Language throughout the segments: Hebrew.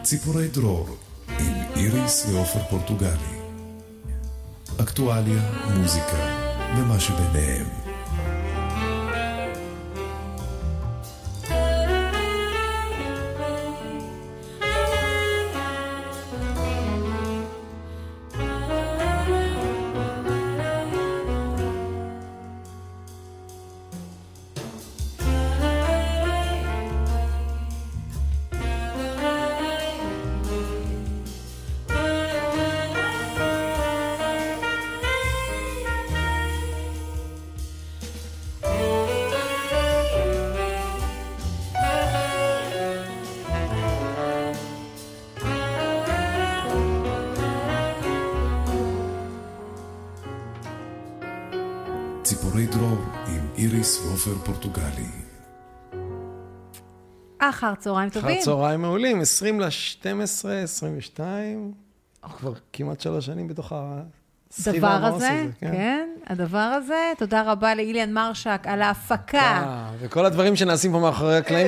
ציפורי דרור עם איריס ואופר פורטוגלי. אקטואליה, מוזיקה ומה שביניהם. ציפורי דרור עם איריס ואופר פורטוגלי. אחר צהריים טובים. אחר צהריים מעולים, 20/12/22, כבר כמעט 3 שנים בתוך הסחיבה המאוס הזה. כן, הדבר הזה. תודה רבה לאיליאן מרשק על ההפקה. וכל הדברים שנעשים פה מאחורי הקלעים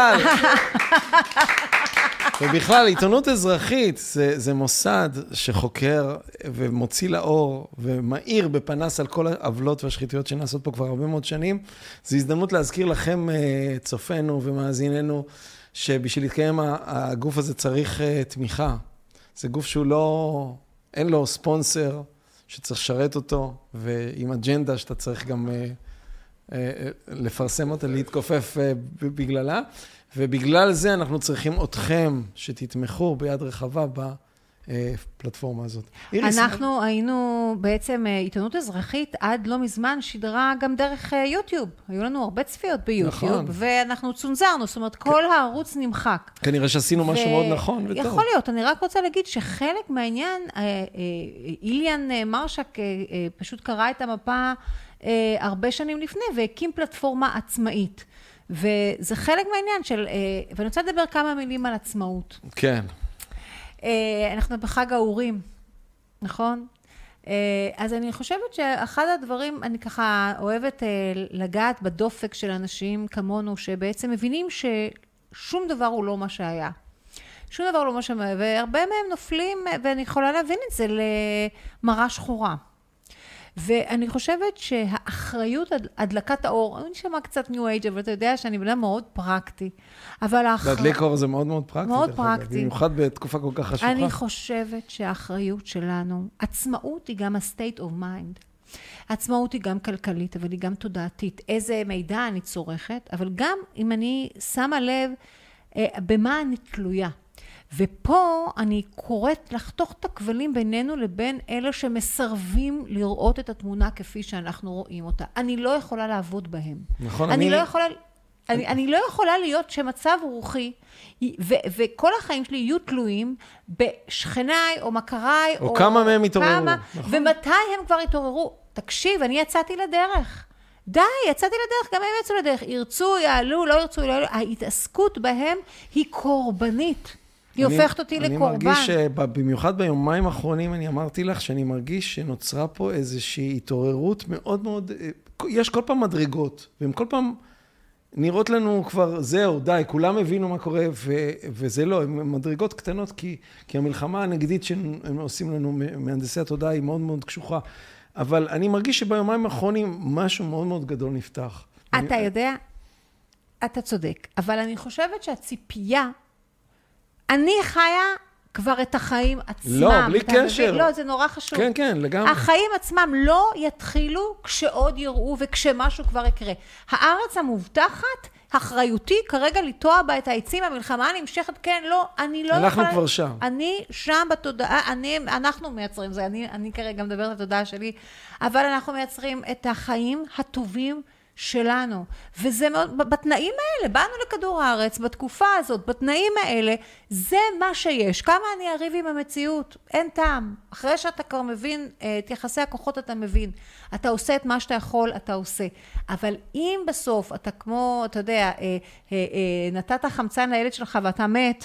ובכלל, עיתונות אזרחית זה מוסד שחוקר ומוציא לאור ומאיר בפנס על כל העוולות והשחיתויות שנעשות פה כבר הרבה מאוד שנים. זו הזדמנות להזכיר לכם, צופינו ומאזיננו, שבשביל להתקיים הגוף הזה צריך תמיכה. זה גוף שהוא לא, אין לו ספונסר שצריך לשרת אותו, ועם אג'נדה שאתה צריך גם לפרסם אותה, להתכופף בגללה. ובגלל זה אנחנו אתכם שתתמכו ביד רחבה בפלטפורמה הזאת. אנחנו היינו בעצם עיתונות אזרחית עד לא מזמן שידרה גם דרך יוטיוב. היו לנו הרבה צפיות ביוטיוב, ואנחנו צונזרנו, זאת אומרת כל הערוץ נמחק. כנראה שעשינו משהו מאוד נכון וטוב. יכול להיות, אני רק רוצה להגיד שחלק מהעניין, איליאן מרשק פשוט קרא את המפה הרבה שנים לפני, והקים פלטפורמה עצמאית. וזה חלק מהעניין של, ואני רוצה לדבר כמה מילים על עצמאות. כן. אנחנו בחג האורים, נכון? אז אני חושבת שאחד הדברים, אני ככה אוהבת לגעת בדופק של אנשים כמונו, שבעצם מבינים ששום דבר הוא לא מה שהיה. שום דבר לא מה שהיה, והרבה מהם נופלים, ואני יכולה להבין את זה למראה שחורה. ואני חושבת שהאחריות הדלקת האור, אני נשמע קצת ניו אייג' אבל אתה יודע שאני בנה מאוד פרקטי. להדליק אור זה מאוד מאוד פרקטי. מאוד פרקטי. במיוחד בתקופה כל כך חשוכה. אני חושבת שהאחריות שלנו, עצמאות היא גם ה-state of mind. עצמאות היא גם כלכלית, אבל היא גם תודעתית. איזה מידע אני צורכת, אבל גם אם אני שמה לב במה אני תלויה. ופה אני קוראת לחתוך את הכבלים בינינו לבין אלה שמסרבים לראות את התמונה כפי שאנחנו רואים אותה. אני לא יכולה לעבוד בהם. נכון, אני לא יכולה להיות שמצב רוחי, וכל החיים שלי יהיו תלויים בשכניי או מכריי, או כמה מהם התעוררו. נכון. ומתי הם כבר התעוררו? תקשיב, אני יצאתי לדרך. די, יצאתי לדרך, גם הם יצאו לדרך. ירצו, יעלו, לא ירצו, יעלו. ההתעסקות בהם היא קורבנית. היא הופכת אותי לקורבן. אני מרגיש שבמיוחד ביומיים האחרונים אני אמרתי לך שאני מרגיש שנוצרה פה איזושהי התעוררות מאוד מאוד, יש כל פעם מדרגות, והן כל פעם נראות לנו כבר זהו, די, כולם הבינו מה קורה, וזה לא, הן מדרגות קטנות, כי המלחמה הנגדית שהם עושים לנו מהנדסי התודעה היא מאוד מאוד קשוחה, אבל אני מרגיש שביומיים האחרונים משהו מאוד מאוד גדול נפתח. אתה יודע, אתה צודק, אבל אני חושבת שהציפייה, אני חיה כבר את החיים עצמם. לא, בלי קשר. לא, זה נורא חשוב. כן, כן, לגמרי. החיים עצמם לא יתחילו כשעוד יראו וכשמשהו כבר יקרה. הארץ המובטחת, אחריותי כרגע לטוע בה את העצים, המלחמה נמשכת, כן, לא, אני לא אנחנו כבר שם. אני שם בתודעה, אנחנו מייצרים זה, אני כרגע מדברת על התודעה שלי, אבל אנחנו מייצרים את החיים הטובים שלנו, וזה מאוד, בתנאים האלה, באנו לכדור הארץ, בתקופה הזאת, בתנאים האלה, זה מה שיש. כמה אני אריב עם המציאות? אין טעם. אחרי שאתה כבר מבין, את יחסי הכוחות אתה מבין. אתה עושה את מה שאתה יכול, אתה עושה. אבל אם בסוף אתה כמו, אתה יודע, נתת חמצן לילד שלך ואתה מת,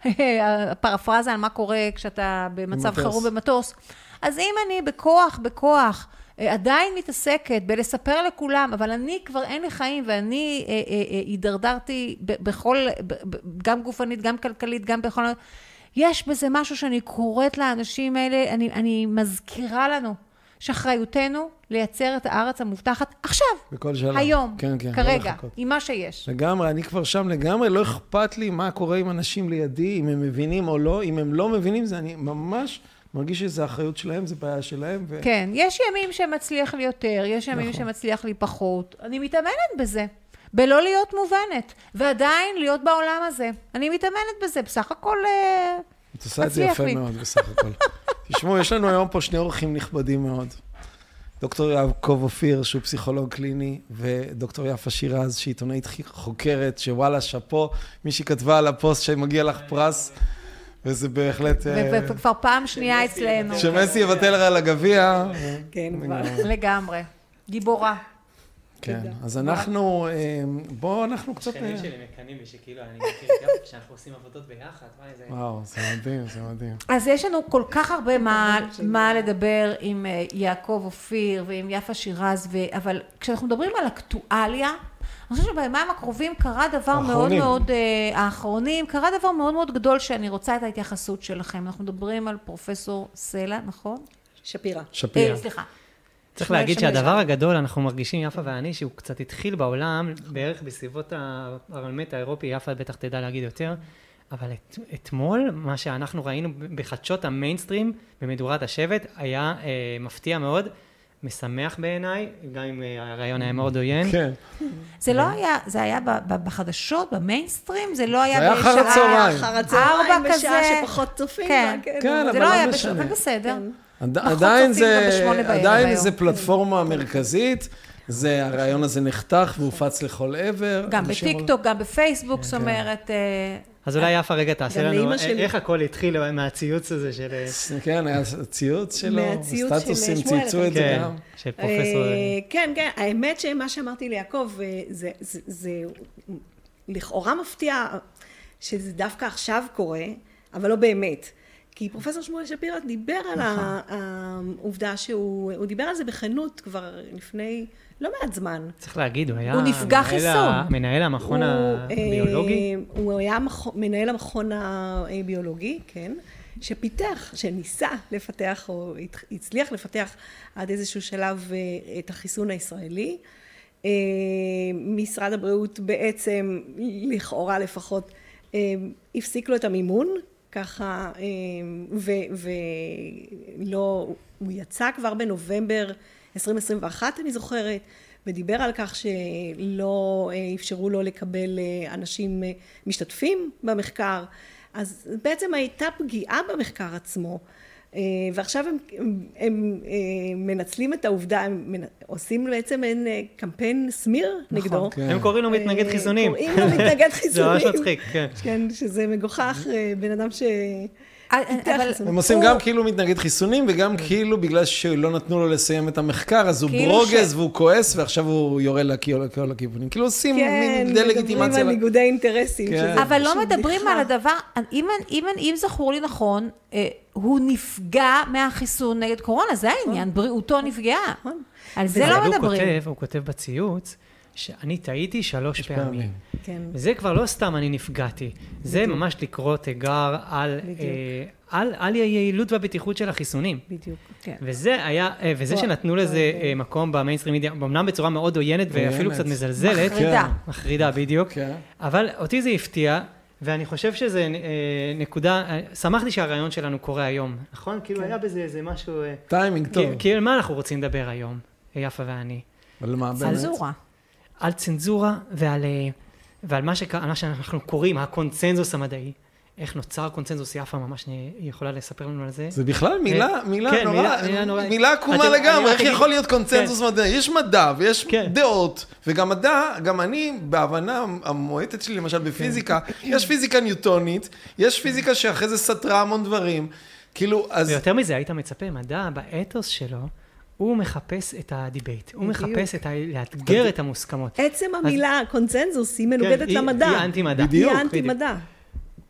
הפרפרזה על מה קורה כשאתה במצב חירום במטוס, אז אם אני בכוח עדיין מתעסקת בלספר לכולם, אבל אני כבר אין לי חיים, ואני הידרדרתי גם גופנית, גם כלכלית, גם בכל... יש בזה משהו שאני קוראת לאנשים האלה, אני מזכירה לנו שאחריותנו לייצר את הארץ המובטחת עכשיו, היום, כרגע, עם מה שיש. לגמרי, אני כבר שם לגמרי, לא אכפת לי מה קורה עם אנשים לידי, אם הם מבינים או לא, אם הם לא מבינים, זה אני ממש מרגיש שזה האחריות שלהם, זה בעיה שלהם. כן, יש ימים שמצליח לי יותר, יש ימים שמצליח לי פחות, אני מתאמנת בזה. בלא להיות מובנת, ועדיין להיות בעולם הזה. אני מתאמנת בזה, בסך הכל את עושה את זה יפה מאוד, בסך הכל. תשמעו, יש לנו היום פה שני אורחים נכבדים מאוד. דוקטור יעקב אופיר, שהוא פסיכולוג קליני, ודוקטור יפה שירז, שהיא עיתונאית חוקרת, שוואלה, שפו, מישהי כתבה על הפוסט שמגיע לך פרס, וזה בהחלט... וכבר פעם שנייה אצלנו. שמסי יבטל על הגביע. כן, לגמרי. גיבורה. כן, אז אנחנו, אנחנו קצת... שכנים שלי מקנים לי שכאילו, אני מכיר את יפה, כשאנחנו עושים עבודות ביחד, וואו, זה מדהים, זה מדהים. אז יש לנו כל כך הרבה מה לדבר עם יעקב אופיר ועם יפה שירז, אבל כשאנחנו מדברים על אקטואליה, אני חושבת שבימים הקרובים קרה דבר מאוד מאוד, האחרונים, קרה דבר מאוד מאוד גדול שאני רוצה את ההתייחסות שלכם. אנחנו מדברים על פרופסור סלע, נכון? שפירא. סליחה. צריך להגיד שהדבר הגדול, אנחנו מרגישים, יפה ואני, שהוא קצת התחיל בעולם, בערך בסביבות הפרלמנט האירופי, יפה בטח תדע להגיד יותר, אבל אתמול, מה שאנחנו ראינו בחדשות המיינסטרים, במדורת השבט, היה מפתיע מאוד, משמח בעיניי, גם אם הרעיון היה מאוד עוין. כן. זה לא היה, זה היה בחדשות, במיינסטרים, זה לא היה בשעה... זה היה אחר הצהריים, בשעה שפחות צופים. כן, אבל לא משנה. אבל בסדר. עדיין זה פלטפורמה מרכזית, הרעיון הזה נחתך והופץ לכל עבר. גם בטיקטוק, גם בפייסבוק, זאת אומרת... אז אולי יפה רגע תעשה לנו, איך הכל התחיל מהציוץ הזה של... כן, היה ציוץ שלו, סטטוסים צייצו את זה גם. של פרופסור... כן, כן, האמת שמה שאמרתי ליעקב, זה לכאורה מפתיע שזה דווקא עכשיו קורה, אבל לא באמת. כי פרופסור שמואל שפירא דיבר על העובדה שהוא דיבר על זה בכנות כבר לפני לא מעט זמן. צריך להגיד, הוא היה... הוא נפגע חיסון. מנהל המכון הביולוגי? הוא היה מנהל המכון הביולוגי, כן, שפיתח, שניסה לפתח, או הצליח לפתח עד איזשהו שלב את החיסון הישראלי. משרד הבריאות בעצם, לכאורה לפחות, הפסיק לו את המימון, ככה, ולא, הוא יצא כבר בנובמבר 2021, אני זוכרת, ודיבר על כך שלא אפשרו לו לקבל אנשים משתתפים במחקר, אז בעצם הייתה פגיעה במחקר עצמו, ועכשיו הם מנצלים את העובדה, הם עושים בעצם אין קמפיין סמיר נגדו. הם קוראים לו מתנגד חיסונים. קוראים לו מתנגד חיסונים. זה ממש מצחיק, כן. כן, שזה מגוחך, בן אדם ש... הם עושים גם כאילו מתנגד חיסונים, וגם כאילו בגלל שלא נתנו לו לסיים את המחקר, אז הוא ברוגז והוא כועס, ועכשיו הוא יורה לכל הכיוונים. כאילו עושים מין דה-לגיטימציה. מדברים על ניגודי אינטרסים. אבל לא מדברים על הדבר, אם זכור לי נכון, הוא נפגע מהחיסון נגד קורונה, זה העניין, בריאותו נפגעה. על זה לא מדברים. הוא כותב בציוץ, שאני טעיתי 3 פעמים. וזה כבר לא סתם אני נפגעתי, זה ממש לקרוא תיגר על היעילות והבטיחות של החיסונים. בדיוק, כן. וזה שנתנו לזה מקום במיינסטרים מידיה, אמנם בצורה מאוד עוינת ואפילו קצת מזלזלת. מחרידה, בדיוק. אבל אותי זה הפתיע, ואני חושב שזה נקודה, שמחתי שהרעיון שלנו קורה היום, נכון? כאילו היה בזה איזה משהו... טיימינג טוב. כאילו מה אנחנו רוצים לדבר היום, יפה ואני? על מה באמת? צנזורה. על צנזורה ועל מה שאנחנו קוראים, הקונצנזוס המדעי. איך נוצר קונצנזוס, יפה ממש יכולה לספר לנו על זה. זה בכלל מילה עקומה לגמרי, איך יכול להיות קונצנזוס מדעי? יש מדע ויש דעות, וגם מדע, גם אני בהבנה המועטת שלי, למשל בפיזיקה, יש פיזיקה ניוטונית, יש פיזיקה שאחרי זה סתרה המון דברים, כאילו, אז... ויותר מזה, היית מצפה, מדע באתוס שלו, הוא מחפש את הדיבייט, הוא מחפש לאתגר את המוסכמות. עצם המילה קונצנזוס היא מנוגדת למדע. היא אנטי מדע. היא אנטי מדע.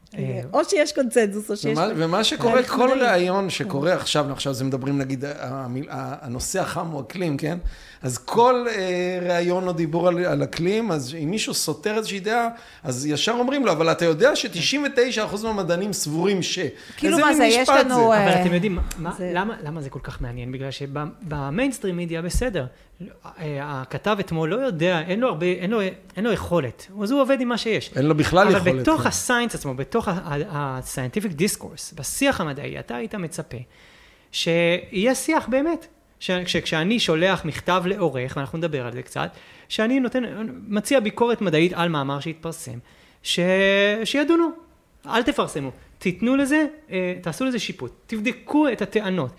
או שיש קונצנזוס, או שיש... ומה שקורה, כל ראיון שקורה עכשיו זה מדברים, נגיד, הנושא החם הוא אקלים, כן? אז כל ראיון או דיבור על אקלים, אז אם מישהו סותר איזושהי דעה, אז ישר אומרים לו, אבל אתה יודע ש99% מהמדענים סבורים ש... כאילו מה זה, יש לנו... אבל אתם יודעים, למה זה כל כך מעניין? בגלל שבמיינסטרים מדיה בסדר. הכתב אתמול לא יודע, אין לו יכולת, אז הוא עובד עם מה שיש. אין לו בכלל יכולת. אבל בתוך הסיינס עצמו, בתוך ה-scientific discourse, בשיח המדעי, אתה היית מצפה שיהיה שיח באמת. כשאני שולח מכתב לעורך, ואנחנו נדבר על זה קצת, שאני מציע ביקורת מדעית על מאמר שהתפרסם, שידונו, אל תפרסמו, תיתנו לזה, תעשו לזה שיפוט, תבדקו את הטענות.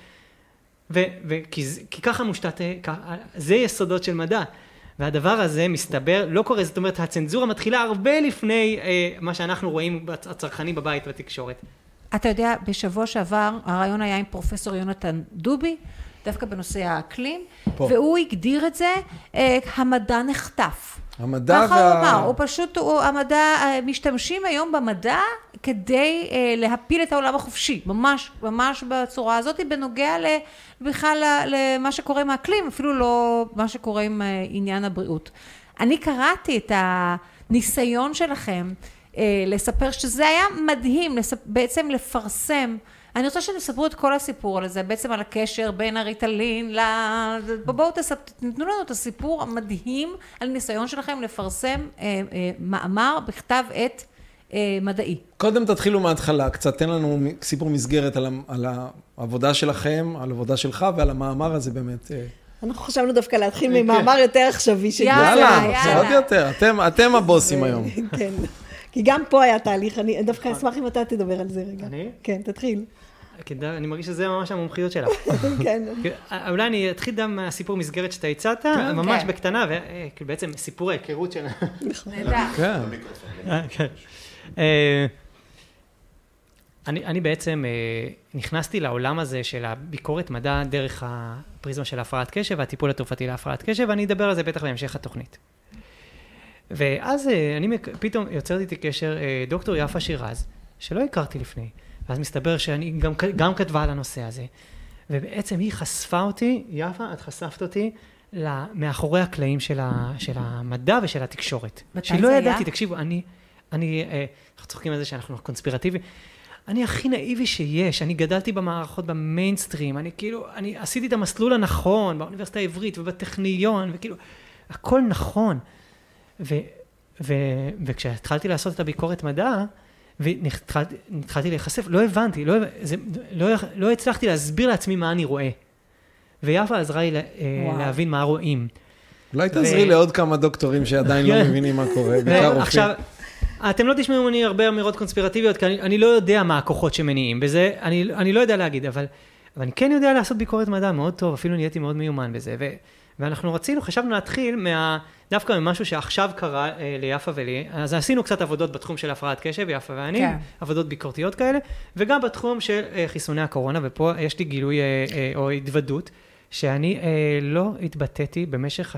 כי ככה מושתת, זה יסודות של מדע. והדבר הזה מסתבר, לא קורה, זאת אומרת, הצנזורה מתחילה הרבה לפני מה שאנחנו רואים הצרכנים בבית בתקשורת. אתה יודע, בשבוע שעבר, הרעיון היה עם פרופסור יונתן דובי, דווקא בנושא האקלים, והוא הגדיר את זה, המדע נחטף. המדע ככה הוא אמר, הוא פשוט, המדע, משתמשים היום במדע כדי להפיל את העולם החופשי, ממש בצורה הזאת, בנוגע בכלל למה שקורה עם האקלים, אפילו לא מה שקורה עם עניין הבריאות. אני קראתי את הניסיון שלכם לספר שזה היה מדהים, בעצם לפרסם, אני רוצה שנספרו את כל הסיפור על זה, בעצם על הקשר בין הריטלין, בואו תתנו לנו את הסיפור המדהים על ניסיון שלכם לפרסם מאמר בכתב עת מדעי. קודם תתחילו מההתחלה, קצת תן לנו סיפור מסגרת על העבודה שלכם, על העבודה שלך ועל המאמר הזה באמת. אנחנו חשבנו דווקא להתחיל ממאמר יותר עכשווי. יאללה, עוד יותר, אתם הבוסים היום. כן. כי גם פה היה תהליך, אני דווקא אשמח אם אתה תדבר על זה רגע. אני? כן, תתחיל. אני מרגיש שזה ממש המומחיות שלך. כן. אולי אני אתחיל גם מהסיפור מסגרת שאתה הצעת, ממש בקטנה, ובעצם סיפור ההיכרות שלה. כן. אני בעצם נכנסתי לעולם הזה של הביקורת מדע דרך הפריזמה של הפרעת קשב והטיפול התרופתי להפרעת קשב, ואני אדבר על זה בטח בהמשך התוכנית. ואז אני פתאום יוצרת איתי קשר דוקטור יפה שירז, שלא הכרתי לפני, ואז מסתבר שאני גם כתבה על הנושא הזה, ובעצם היא חשפה אותי, יפה, את חשפת אותי, מאחורי הקלעים של המדע ושל התקשורת. שלא ידעתי, תקשיבו, אנחנו צוחקים על זה שאנחנו קונספירטיבי, אני הכי נאיבי שיש, אני גדלתי במערכות במיינסטרים, אני עשיתי את המסלול הנכון, באוניברסיטה העברית ובטכניון, וכאילו, הכל נכון. וכשהתחלתי לעשות את הביקורת מדע, והתחלתי להיחשף, לא הבנתי, לא הצלחתי להסביר לעצמי מה אני רואה. ויפה עזרה לי להבין מה רואים. אולי תעזרי לעוד כמה דוקטורים שעדיין לא מבינים מה קורה. עכשיו, אתם לא תשמעו ממני הרבה אמירות קונספירטיביות, כי אני לא יודע מה הכוחות שמניעים בזה, אני לא יודע להגיד, אבל אני כן יודע לעשות ביקורת מדע מאוד טוב, אפילו נהייתי מאוד מיומן בזה, ואנחנו חשבנו להתחיל דווקא ממשהו שעכשיו קרה ליפה ולי, אז עשינו קצת עבודות בתחום של הפרעת קשב, יפה ואני, עבודות ביקורתיות כאלה, וגם בתחום של חיסוני הקורונה, ופה יש לי גילוי או התוודות, שאני לא התבטאתי במשך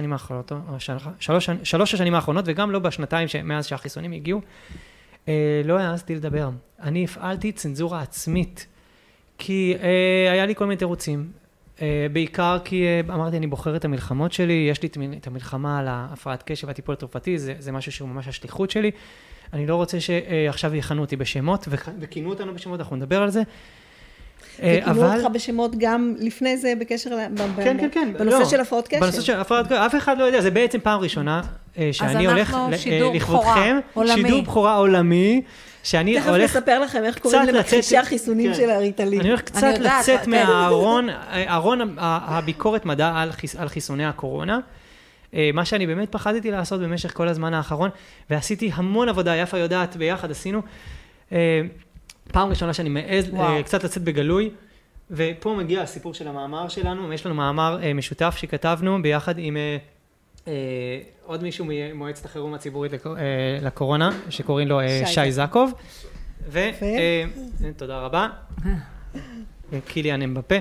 שלוש השנים האחרונות, וגם לא בשנתיים מאז שהחיסונים הגיעו, לא העזתי לדבר. אני הפעלתי צנזורה עצמית, כי היה לי כל מיני תירוצים, בעיקר כי אמרתי, אני בוחר את המלחמות שלי, יש לי את המלחמה על ההפרעת קשב והטיפול התרופתי, זה משהו שהוא ממש השליחות שלי, אני לא רוצה שעכשיו יכנו אותי בשמות, וכינו אותנו בשמות, אנחנו נדבר על זה. וכינו אותך בשמות גם לפני זה בקשר, בנושא של הפרעות קשב. בנושא של הפרעות קשב, אף אחד לא יודע, זה בעצם פעם ראשונה שאני הולך לכבודכם, שידור בחורה עולמי, שאני הולך... תכף נספר לכם איך קוראים למכחישי החיסונים של הריטלין. אני הולך קצת לצאת מהארון הביקורת מדע על חיסוני הקורונה, מה שאני באמת פחדתי לעשות במשך כל הזמן האחרון, ועשיתי המון עבודה, יפה יודעת, ביחד עשינו, פעם ראשונה שאני מעז קצת לצאת בגלוי, ופה מגיע הסיפור של המאמר שלנו, יש לנו מאמר משותף שכתבנו ביחד עם עוד מישהו ממועצת החירום הציבורית לקורונה, שקוראים לו שי זקוב, תודה רבה, קיליאן אמבפה.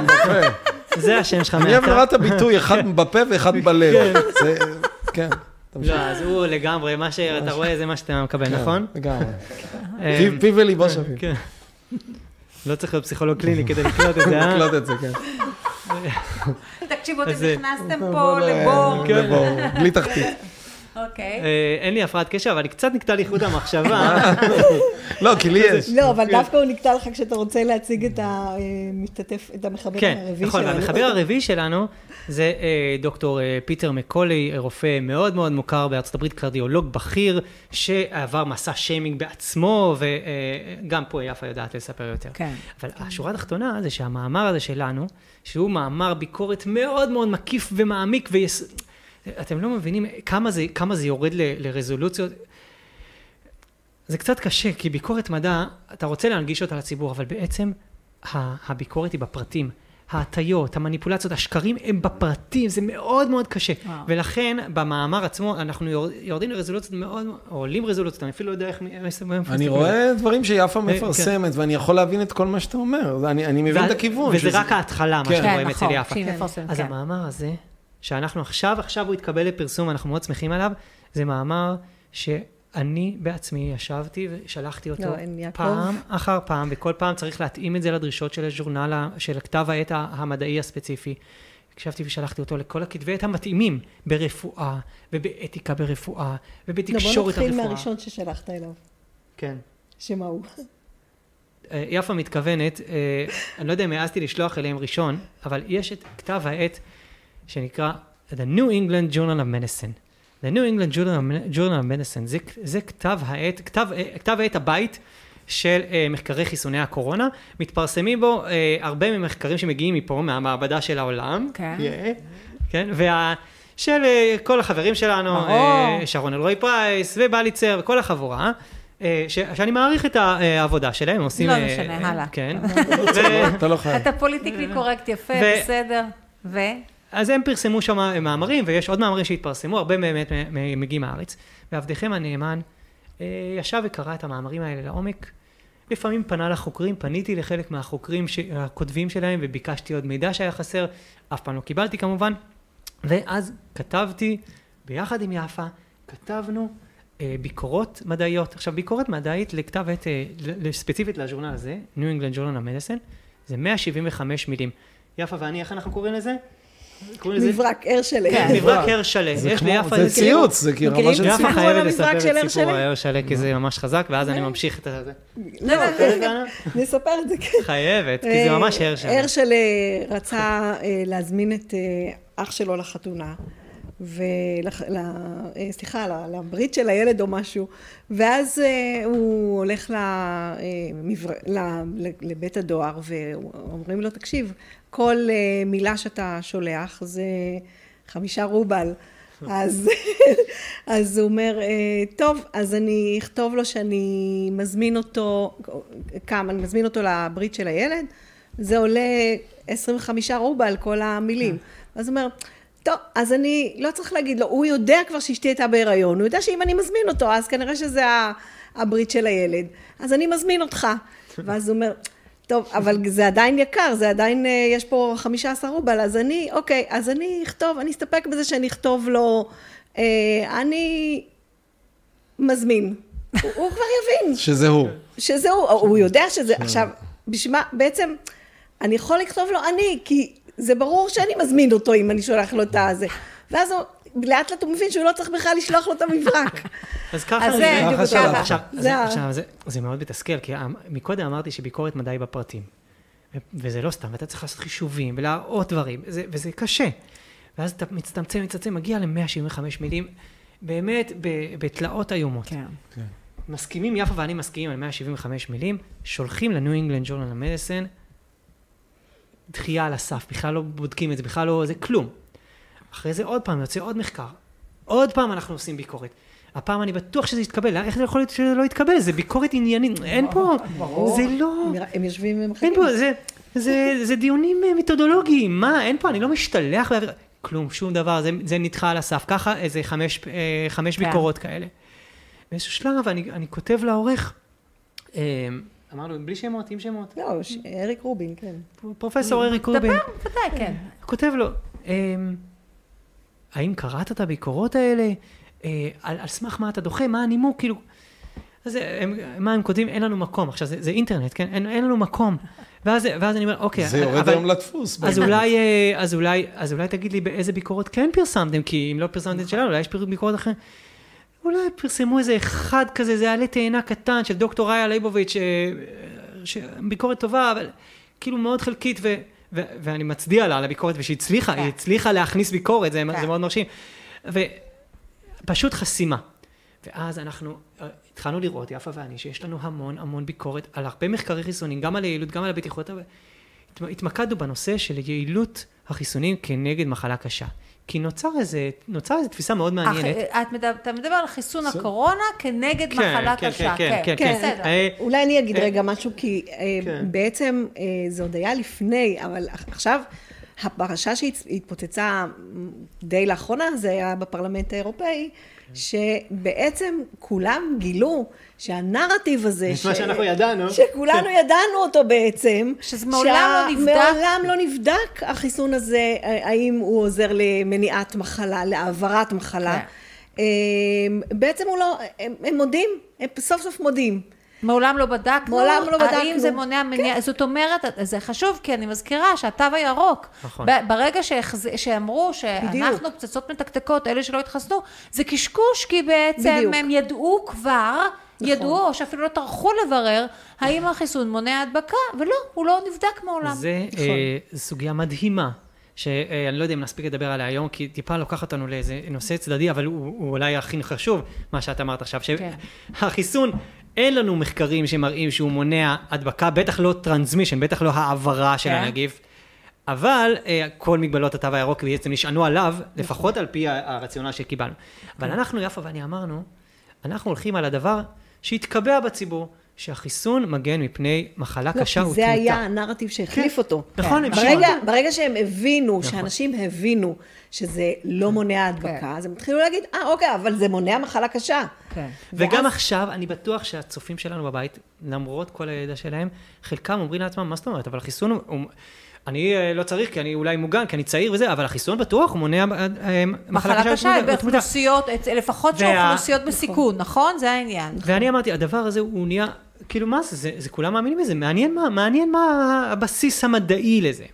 זה השם שלך. אני אוהב נורא את הביטוי, אחד בפה ואחד בלב. כן. לא, אז הוא לגמרי, מה שאתה רואה זה מה שאתה מקבל, נכון? לגמרי. פיו וליבו שווים. כן. לא צריך להיות פסיכולוג קליני כדי לקלוט את זה, לקלוט את זה, כן. תקשיבו, אתם נכנסתם פה לבור. לבור, בלי תחתית. אוקיי. אין לי הפרעת קשב, אבל קצת נקטע לי חוט המחשבה. לא, כי לי יש. לא, אבל דווקא הוא נקטע לך כשאתה רוצה להציג את המשתתף, את המחבר הרביעי שלנו. נכון, המחבר הרביעי שלנו זה דוקטור פיטר מקולי, רופא מאוד מאוד מוכר בארצות הברית, קרדיולוג בכיר, שעבר מסע שיימינג בעצמו, וגם פה יפה יודעת לספר יותר. כן. אבל השורה התחתונה זה שהמאמר הזה שלנו, שהוא מאמר ביקורת מאוד מאוד מקיף ומעמיק, אתם לא מבינים כמה זה יורד לרזולוציות. זה קצת קשה, כי ביקורת מדע, אתה רוצה להנגיש אותה לציבור, אבל בעצם הביקורת היא בפרטים. ההטיות, המניפולציות, השקרים הם בפרטים, זה מאוד מאוד קשה. ולכן במאמר עצמו אנחנו יורדים לרזולוציות מאוד, או עולים רזולוציות, אני אפילו לא יודע איך... אני רואה דברים שיפה מפרסמת, ואני יכול להבין את כל מה שאתה אומר. אני מבין את הכיוון. וזה רק ההתחלה, מה שאתם רואים אצל יפה. נכון, אז המאמר הזה, שאנחנו עכשיו הוא התקבל לפרסום, אנחנו מאוד שמחים עליו, זה מאמר שאני בעצמי ישבתי ושלחתי אותו פעם אחר פעם, וכל פעם צריך להתאים את זה לדרישות של הז'ורנל, של כתב העת המדעי הספציפי. הקשבתי ושלחתי אותו לכל הכתבי עת המתאימים, ברפואה, ובאתיקה ברפואה, ובתקשורת הרפואה. בוא נתחיל מהראשון ששלחת אליו. כן. שמה הוא? יפה מתכוונת, אני לא יודע אם העזתי לשלוח אליהם ראשון, אבל יש את כתב העת שנקרא The New England Journal of Medicine. The New England Journal of Medicine, זה כתב העת הבית של מחקרי חיסוני הקורונה, מתפרסמים בו הרבה ממחקרים שמגיעים מפה, מהמעבדה של העולם, כן, של כל החברים שלנו, שרון אלרועי פרייס ובליצר וכל החבורה, שאני מעריך את העבודה שלהם, הם עושים... לא משנה, הלאה. כן. אתה פוליטיקלי קורקט יפה, בסדר, אז הם פרסמו שם מאמרים, ויש עוד מאמרים שהתפרסמו, הרבה באמת מגיעים מהארץ, ועבדכם הנאמן ישב וקרא את המאמרים האלה לעומק, לפעמים פנה לחוקרים, פניתי לחלק מהחוקרים הכותבים שלהם, וביקשתי עוד מידע שהיה חסר, אף פעם לא קיבלתי כמובן, ואז כתבתי, ביחד עם יפה, כתבנו ביקורות מדעיות. עכשיו, ביקורת מדעית לכתב עת, ספציפית לז'ורנל הזה, New England Journal of Medicine, זה 175 מילים. יפה ואני, איך אנחנו קוראים לזה? מברק הרשלה. כן, מברק הרשלה. זה ציוץ, זה כי רמה של ציוץ. יפה חייבת לספר את סיפור הרשלה, כי זה ממש חזק, ואז אני ממשיך את זה. לא, נספר את זה. חייבת, כי זה ממש הרשלה. הרשלה רצה להזמין את אח שלו לחתונה. סליחה, לברית של הילד או משהו, ואז הוא הולך לבית הדואר, ואומרים לו, תקשיב, כל מילה שאתה שולח זה 5 רובל. אז הוא אומר, טוב, אז אני אכתוב לו שאני מזמין אותו, אני מזמין אותו לברית של הילד, זה עולה 25 רובל, כל המילים. אז הוא אומר, טוב, אז אני לא צריך להגיד לו, הוא יודע כבר שאשתי הייתה בהיריון, הוא יודע שאם אני מזמין אותו, אז כנראה שזה הברית של הילד, אז אני מזמין אותך. ואז הוא אומר, טוב, אבל זה עדיין יקר, זה עדיין, יש פה 15 רובל, אז אני אכתוב, אני אסתפק בזה שאני אכתוב לו, אני מזמין. הוא כבר יבין. שזה הוא. הוא יודע שזה, עכשיו, בעצם, אני יכול לכתוב לו כי זה ברור שאני מזמין אותו אם אני שולח לו את הזה. ואז לאט לאט הוא מבין שהוא לא צריך בכלל לשלוח לו את המברק. אז ככה זה מאוד מתסכל, כי מקודם אמרתי שביקורת מדעי בפרטים. וזה לא סתם, ואתה צריך לעשות חישובים ולהראות דברים, וזה קשה. ואז אתה מצטמצם, מגיע ל-175 מילים, באמת בתלאות איומות. מסכימים, יפה ואני מסכימים על 175 מילים, שולחים ל-New England Journal of Medicine, דחייה על הסף, בכלל לא בודקים את זה, בכלל לא, זה כלום. אחרי זה עוד פעם יוצא עוד מחקר, עוד פעם אנחנו עושים ביקורת. הפעם אני בטוח שזה יתקבל, איך זה יכול להיות שזה לא יתקבל? זה ביקורת עניינית, אין פה, זה לא... הם יושבים ומחכים. אין פה, זה דיונים מתודולוגיים, מה? אין פה, אני לא משתלח באוויר, כלום, שום דבר, זה נדחה על הסף, ככה איזה 5 ביקורות כאלה. באיזשהו שלב, אני כותב לעורך, אמרנו, בלי שמות, עם שמות. לא, אריק רובין, כן. פרופסור אריק רובין. דבר, ודאי, כן. כותב לו, האם קראת את הביקורות האלה? על סמך מה אתה דוחה, מה הנימוק, כאילו, אז מה הם כותבים? אין לנו מקום. עכשיו, זה אינטרנט, כן? אין לנו מקום. ואז אני אומר, אוקיי. זה יורד היום לדפוס. אז אולי תגיד לי באיזה ביקורת כן פרסמתם, כי אם לא פרסמתם את שלנו, אולי יש ביקורת אחרת. אולי פרסמו איזה אחד כזה, זה עלי תאנה קטן של דוקטור ראיה ליבוביץ', ביקורת טובה, אבל כאילו מאוד חלקית, ואני מצדיע לה על הביקורת, ושהיא הצליחה, היא הצליחה להכניס ביקורת, זה מאוד מרשים. ופשוט חסימה. ואז אנחנו התחלנו לראות, יפה ואני, שיש לנו המון ביקורת על הרבה מחקרי חיסונים, גם על היעילות, גם על הבטיחות, התמקדנו בנושא של יעילות החיסונים כנגד מחלה קשה. כי נוצר איזה תפיסה מאוד מעניינת. אתה מדבר על חיסון הקורונה כנגד מחלה קשה. כן. אולי אני אגיד רגע משהו, כי בעצם זה עוד היה לפני, אבל עכשיו הפרשה שהתפוצצה די לאחרונה, זה היה בפרלמנט האירופאי, שבעצם כולם גילו שהנרטיב הזה, שאנחנו ידענו, שכולנו ידענו אותו בעצם, שזה מעולם לא נבדק החיסון הזה, האם הוא עוזר למניעת מחלה, להעברת מחלה. בעצם הוא לא, הם מודים, הם סוף מודים. מעולם לא בדקנו, האם זה מונע מניעה, זאת אומרת, זה חשוב, כי אני מזכירה שהתו הירוק, ברגע שאמרו שאנחנו פצצות מתקתקות, אלה שלא התחסנו, זה קשקוש, כי בעצם הם ידעו כבר, או שאפילו לא טרחו לברר, האם החיסון מונע הדבקה, ולא, הוא לא נבדק מעולם. זה סוגיה מדהימה, שאני לא יודע אם נספיק לדבר עליה היום, כי טיפה לוקח אותנו לאיזה נושא צדדי, אבל הוא אולי הכי חשוב, מה שאת אמרת עכשיו, שהחיסון, אין לנו מחקרים שמראים שהוא מונע הדבקה, בטח לא טרנסמישן, בטח לא העברה של הנגיף, אבל כל מגבלות התו הירוק בעצם נשענו עליו, לפחות על פי הרציונל שקיבלנו. אבל אנחנו, יפה ואני אמרנו, אנחנו הולכים על הדבר שהתקבע בציבור, שהחיסון מגן מפני מחלה קשה ותמותה. זה היה הנרטיב שהחליף אותו. נכון. ברגע שהם הבינו, שאנשים הבינו שזה לא מונע הדבקה, אז הם התחילו להגיד, אוקיי, אבל זה מונע מחלה קשה. וגם עכשיו, אני בטוח שהצופים שלנו בבית, למרות כל הידע שלהם, חלקם אומרים לעצמם, מה זאת אומרת? אבל החיסון אני לא צריך, כי אני אולי מוגן, כי אני צעיר וזה, אבל החיסון בטוח, הוא מונע מחלה קשה, באוכלוסיות, לפחות שאוכלוסיות בסיכון, נכון? זה העניין. ואני אמרתי, הדבר הזה הוא נהיה, כאילו מה זה? זה כולם מאמינים בזה, מעניין מה הבסיס המדעי לזה.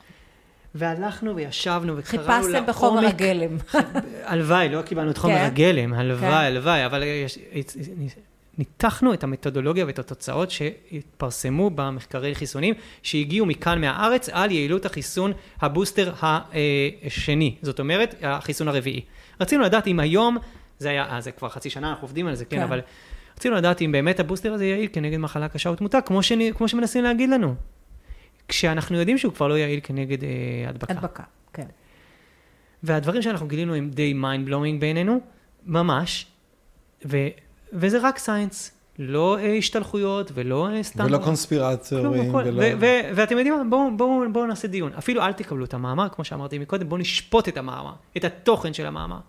והלכנו וישבנו וקראנו לעומק. חיפשתם בחומר הגלם. הלוואי, לא קיבלנו את חומר הגלם, הלוואי, אבל ניתחנו את המתודולוגיה ואת התוצאות שהתפרסמו במחקרי חיסונים, שהגיעו מכאן מהארץ על יעילות החיסון הבוסטר השני, זאת אומרת, החיסון הרביעי. רצינו לדעת אם היום, זה כבר חצי שנה, אנחנו עובדים על זה, כן, אבל רצינו לדעת אם באמת הבוסטר הזה יעיל כנגד מחלה קשה ותמותה, כמו שמנסים להגיד לנו. כשאנחנו יודעים שהוא כבר לא יעיל כנגד הדבקה. הדבקה, כן. והדברים שאנחנו גילינו הם די mind blowing בעינינו, ממש, וזה רק סיינס, לא השתלחויות ולא סתם. ולא קונספירציות. ואתם יודעים מה, בואו נעשה דיון. אפילו אל תקבלו את המאמר, כמו שאמרתי מקודם, בואו נשפוט את המאמר, את התוכן של המאמר.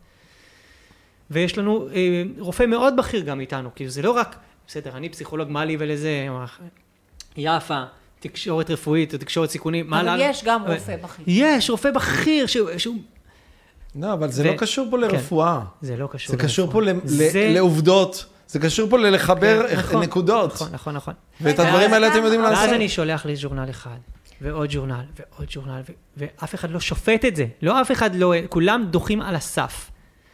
ויש לנו רופא מאוד בכיר גם איתנו, כי זה לא רק, בסדר, אני פסיכולוג, מה לי ולזה, יפה, תקשורת רפואית, תקשורת סיכונים, אבל יש גם רופא בכיר. יש רופא בכיר שהוא... לא, אבל זה לא קשור פה לרפואה. זה לא קשור לרפואה. זה קשור פה לעובדות. זה קשור פה לחבר נקודות. נכון. ואת הדברים האלה אתם יודעים לעשות. ואז אני שולח לי ז'ורנל אחד, ועוד ז'ורנל, ועוד ז'ורנל, ואף אחד לא שופט את זה. לא אף אחד לא, כולם דוחים על הסף.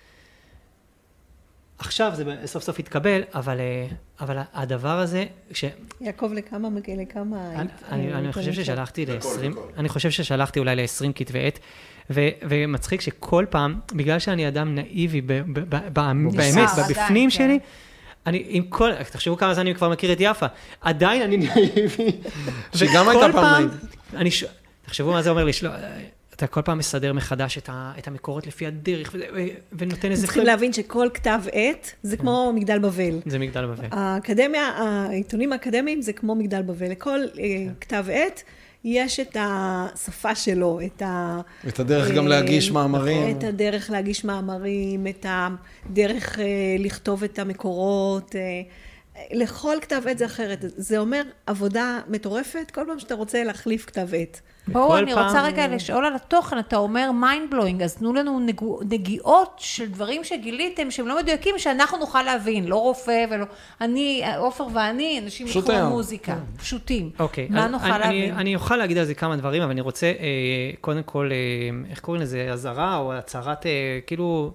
עכשיו זה סוף סוף התקבל, אבל הדבר הזה, יעקב, לכמה? אני חושב ששלחתי אולי ל-20 כתבי עת, ומצחיק שכל פעם, בגלל שאני אדם נאיבי באמת, בבפנים שלי, תחשבו כמה זמן אני כבר מכיר את יפה, עדיין אני נאיבי. שגם הייתה פעם נאיבי. תחשבו מה זה אומר לי, אתה כל פעם מסדר מחדש את המקורות לפי הדרך, ונותן איזה... צריכים להבין שכל כתב עת זה כמו מגדל בבל. זה מגדל בבל. העיתונים האקדמיים זה כמו מגדל בבל. לכל כתב עת יש את השפה שלו, את הדרך גם להגיש מאמרים. את הדרך להגיש מאמרים, את הדרך לכתוב את המקורות. לכל כתב עת זה אחרת. זה אומר עבודה מטורפת, כל פעם שאתה רוצה להחליף כתב עת. בואו, אני רוצה רגע לשאול על התוכן, אתה אומר mind blowing, אז תנו לנו נגיעות של דברים שגיליתם, שהם לא מדויקים, שאנחנו נוכל להבין, לא רופא ולא, עופר ואני, אנשים מתחום המוזיקה, פשוטים. אוקיי, מה נוכל להבין? אני אוכל להגיד על זה כמה דברים, אבל אני רוצה, קודם כל, איך קוראים לזה, הזרה או הצהרת, כאילו,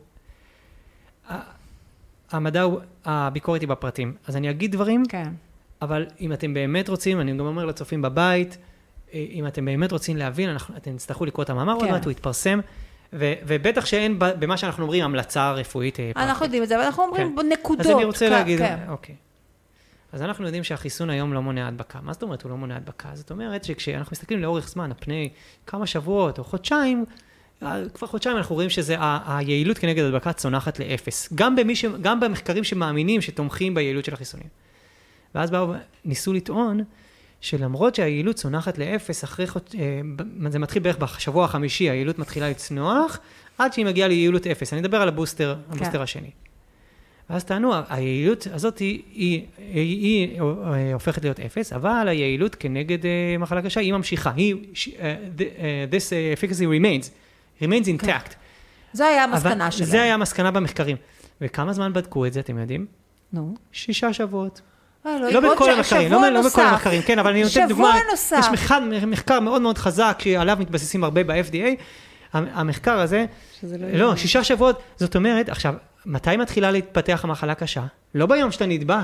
המדע, הביקורת היא בפרטים. אז אני אגיד דברים, אבל אם אתם באמת רוצים, אני גם אומר לצופים בבית, אם אתם באמת רוצים להבין, אתם תצטרכו לקרוא את המאמר, עוד מעט הוא יתפרסם, ובטח שאין במה שאנחנו אומרים המלצה רפואית פרקטית. אנחנו יודעים את זה, אבל אנחנו אומרים נקודות. אז אני רוצה להגיד, אוקיי. אז אנחנו יודעים שהחיסון היום לא מונע הדבקה. מה זאת אומרת הוא לא מונע הדבקה? זאת אומרת שכשאנחנו מסתכלים לאורך זמן, הפני כמה שבועות או חודשיים, כבר חודשיים אנחנו רואים שזה היעילות כנגד הדבקה צונחת לאפס. גם במחקרים שמאמינים שתומכים ביעילות של החיסונים. ואז ניסו לטעון שלמרות שהיעילות צונחת לאפס, זה מתחיל בערך בשבוע החמישי, היעילות מתחילה לצנוח, עד שהיא מגיעה ליעילות אפס. אני אדבר על הבוסטר השני. ואז טענו, היעילות הזאת היא הופכת להיות אפס, אבל היעילות כנגד מחלה קשה היא ממשיכה. This efficacy remains intact. זו היה המסקנה שלהם. זה היה המסקנה במחקרים. וכמה זמן בדקו את זה, אתם יודעים? 6 שבועות. לא בכל המחקרים, לא בכל המחקרים, כן, אבל אני נותן דוגמה. יש מחקר מאוד מאוד חזק, שעליו מתבססים הרבה ב-FDA, המחקר הזה, 6 שבועות, זאת אומרת, עכשיו, מתי מתחילה להתפתח המחלה קשה? לא ביום שאתה נדבק.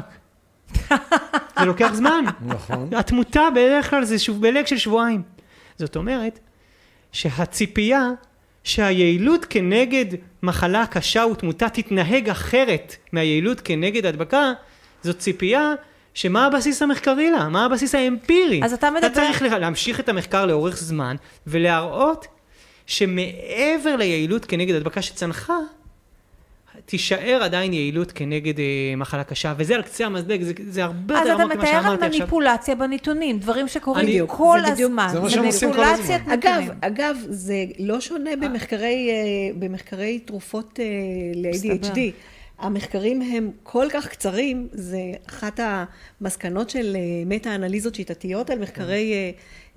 זה לוקח זמן. נכון. התמותה בדרך כלל זה בלג של שבועיים. זאת אומרת, שהציפייה שהיעילות כנגד מחלה קשה ותמותה תתנהג אחרת מהיעילות כנגד הדבקה, זאת ציפייה שמה הבסיס המחקרי לה? מה הבסיס האמפירי? אז אתה מדבר... אתה צריך להמשיך את המחקר לאורך זמן, ולהראות שמעבר ליעילות כנגד הדבקה שצנחה, תישאר עדיין יעילות כנגד מחלה קשה, וזה על קצה המזלג, זה הרבה יותר עמוק ממה שאמרתי עכשיו. אז אתה מתאר על מניפולציה בנתונים, דברים שקורים כל הזמן. זה מה שהם עושים כל הזמן. אגב, זה לא שונה במחקרי תרופות ל-ADHD. המחקרים הם כל כך קצרים, זה אחת המסקנות של מטה-אנליזות שיטתיות על מחקרי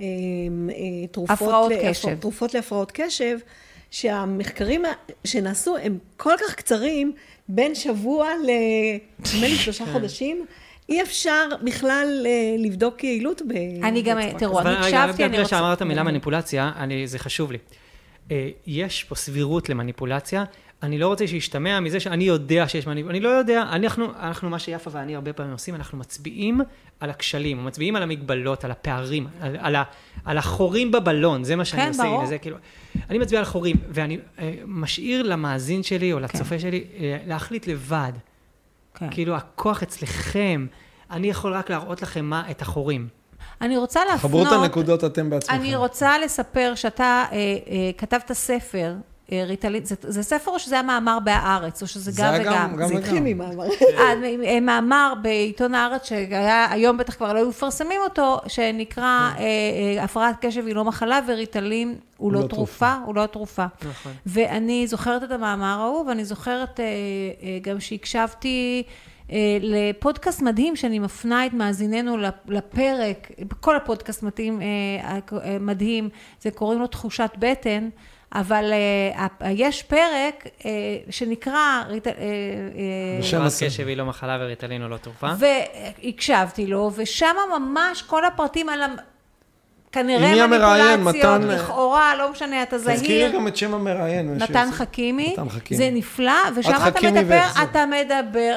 תרופות להפרעות קשב, שהמחקרים שנעשו הם כל כך קצרים, בין שבוע ל3 חודשים, אי אפשר בכלל לבדוק יעילות. אני גם, תראו, אני הקשבתי, אני רוצה... שאמרת המילה מניפולציה, זה חשוב לי. יש פה סבירות למניפולציה, אני לא רוצה שישתמע מזה שאני יודע שיש מניפולציה, אני לא יודע, אנחנו מה שיפה ואני הרבה פעמים עושים, אנחנו מצביעים על הכשלים, מצביעים על המגבלות, על הפערים, על החורים בבלון, זה מה שאני עושה. כן, ברור. אני מצביע על חורים, ואני משאיר למאזין שלי או לצופה שלי להחליט לבד. כאילו הכוח אצלכם, אני יכול רק להראות לכם את החורים. אני רוצה להפנות... חברו את הנקודות אתם בעצמכם. אני רוצה לספר שאתה כתבת ספר, ריטלין, זה ספר או שזה היה מאמר בהארץ, או שזה גם וגם? זה התחיל ממאמר. מאמר בעיתון הארץ, שהיום בטח כבר לא יפרסמים אותו, שנקרא הפרעת קשב היא לא מחלה, וריטלין הוא לא תרופה, הוא לא תרופה. ואני זוכרת את המאמר ההוא, ואני זוכרת גם שהקשבתי לפודקאסט מדהים, שאני מפנה את מאזיננו לפרק, כל הפודקאסט מדהים, זה קוראים לו תחושת בטן, אבל יש פרק שנקרא הפרעת קשב היא לא מחלה וריטלין הוא לא תרופה. והקשבתי לו, ושם ממש כל הפרטים על כנראה מניפולציות, לכאורה, לא משנה, אתה זהיר. תזכירי גם את שם המראיין. נתן חכימי, זה נפלא, ושם אתה מדבר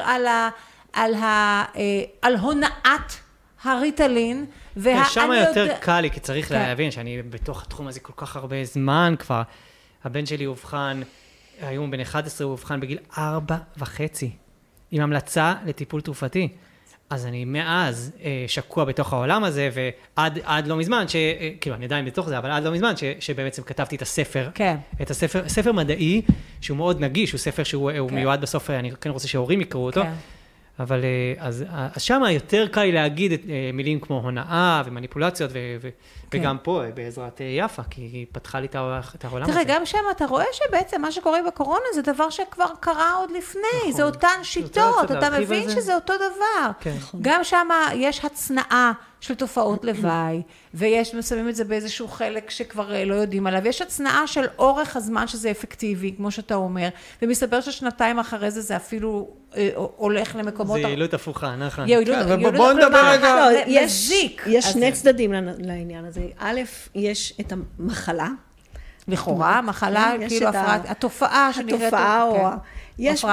על הונאת הריטלין, שם יותר קל לי, כי צריך להבין שאני בתוך התחום הזה כל כך הרבה זמן כבר. הבן שלי הובחן, היום בן 11, הוא הובחן בגיל 4.5, עם המלצה לטיפול תרופתי. אז אני מאז שקוע בתוך העולם הזה, ועד לא מזמן, כאילו אני עדיין בתוך זה, אבל עד לא מזמן, שבעצם כתבתי את הספר. כן. את הספר, ספר מדעי, שהוא מאוד נגיש, הוא ספר שהוא מיועד בסוף, אני כן רוצה שההורים יקראו אותו. אבל אז שם יותר קל להגיד מילים כמו הונאה ומניפולציות, וגם פה בעזרת יפה, כי היא פתחה לי את העולם הזה. תראה, גם שם אתה רואה שבעצם מה שקורה בקורונה זה דבר שכבר קרה עוד לפני, זה אותן שיטות, אתה מבין שזה אותו דבר. גם שם יש הצנעה של תופעות לוואי, ויש, שמים את זה באיזשהו חלק שכבר לא יודעים עליו, יש הצנעה של אורך הזמן שזה אפקטיבי, כמו שאתה אומר, ומסתבר ששנתיים אחרי זה זה אפילו הולך למקומות... זה יעילות הפוכה, נכון. בואו נדבר רגע... יש שני צדדים לעניין הזה. א', יש את המחלה. לכאורה, מחלה, כאילו התופעה שנראית... התופעה או... יש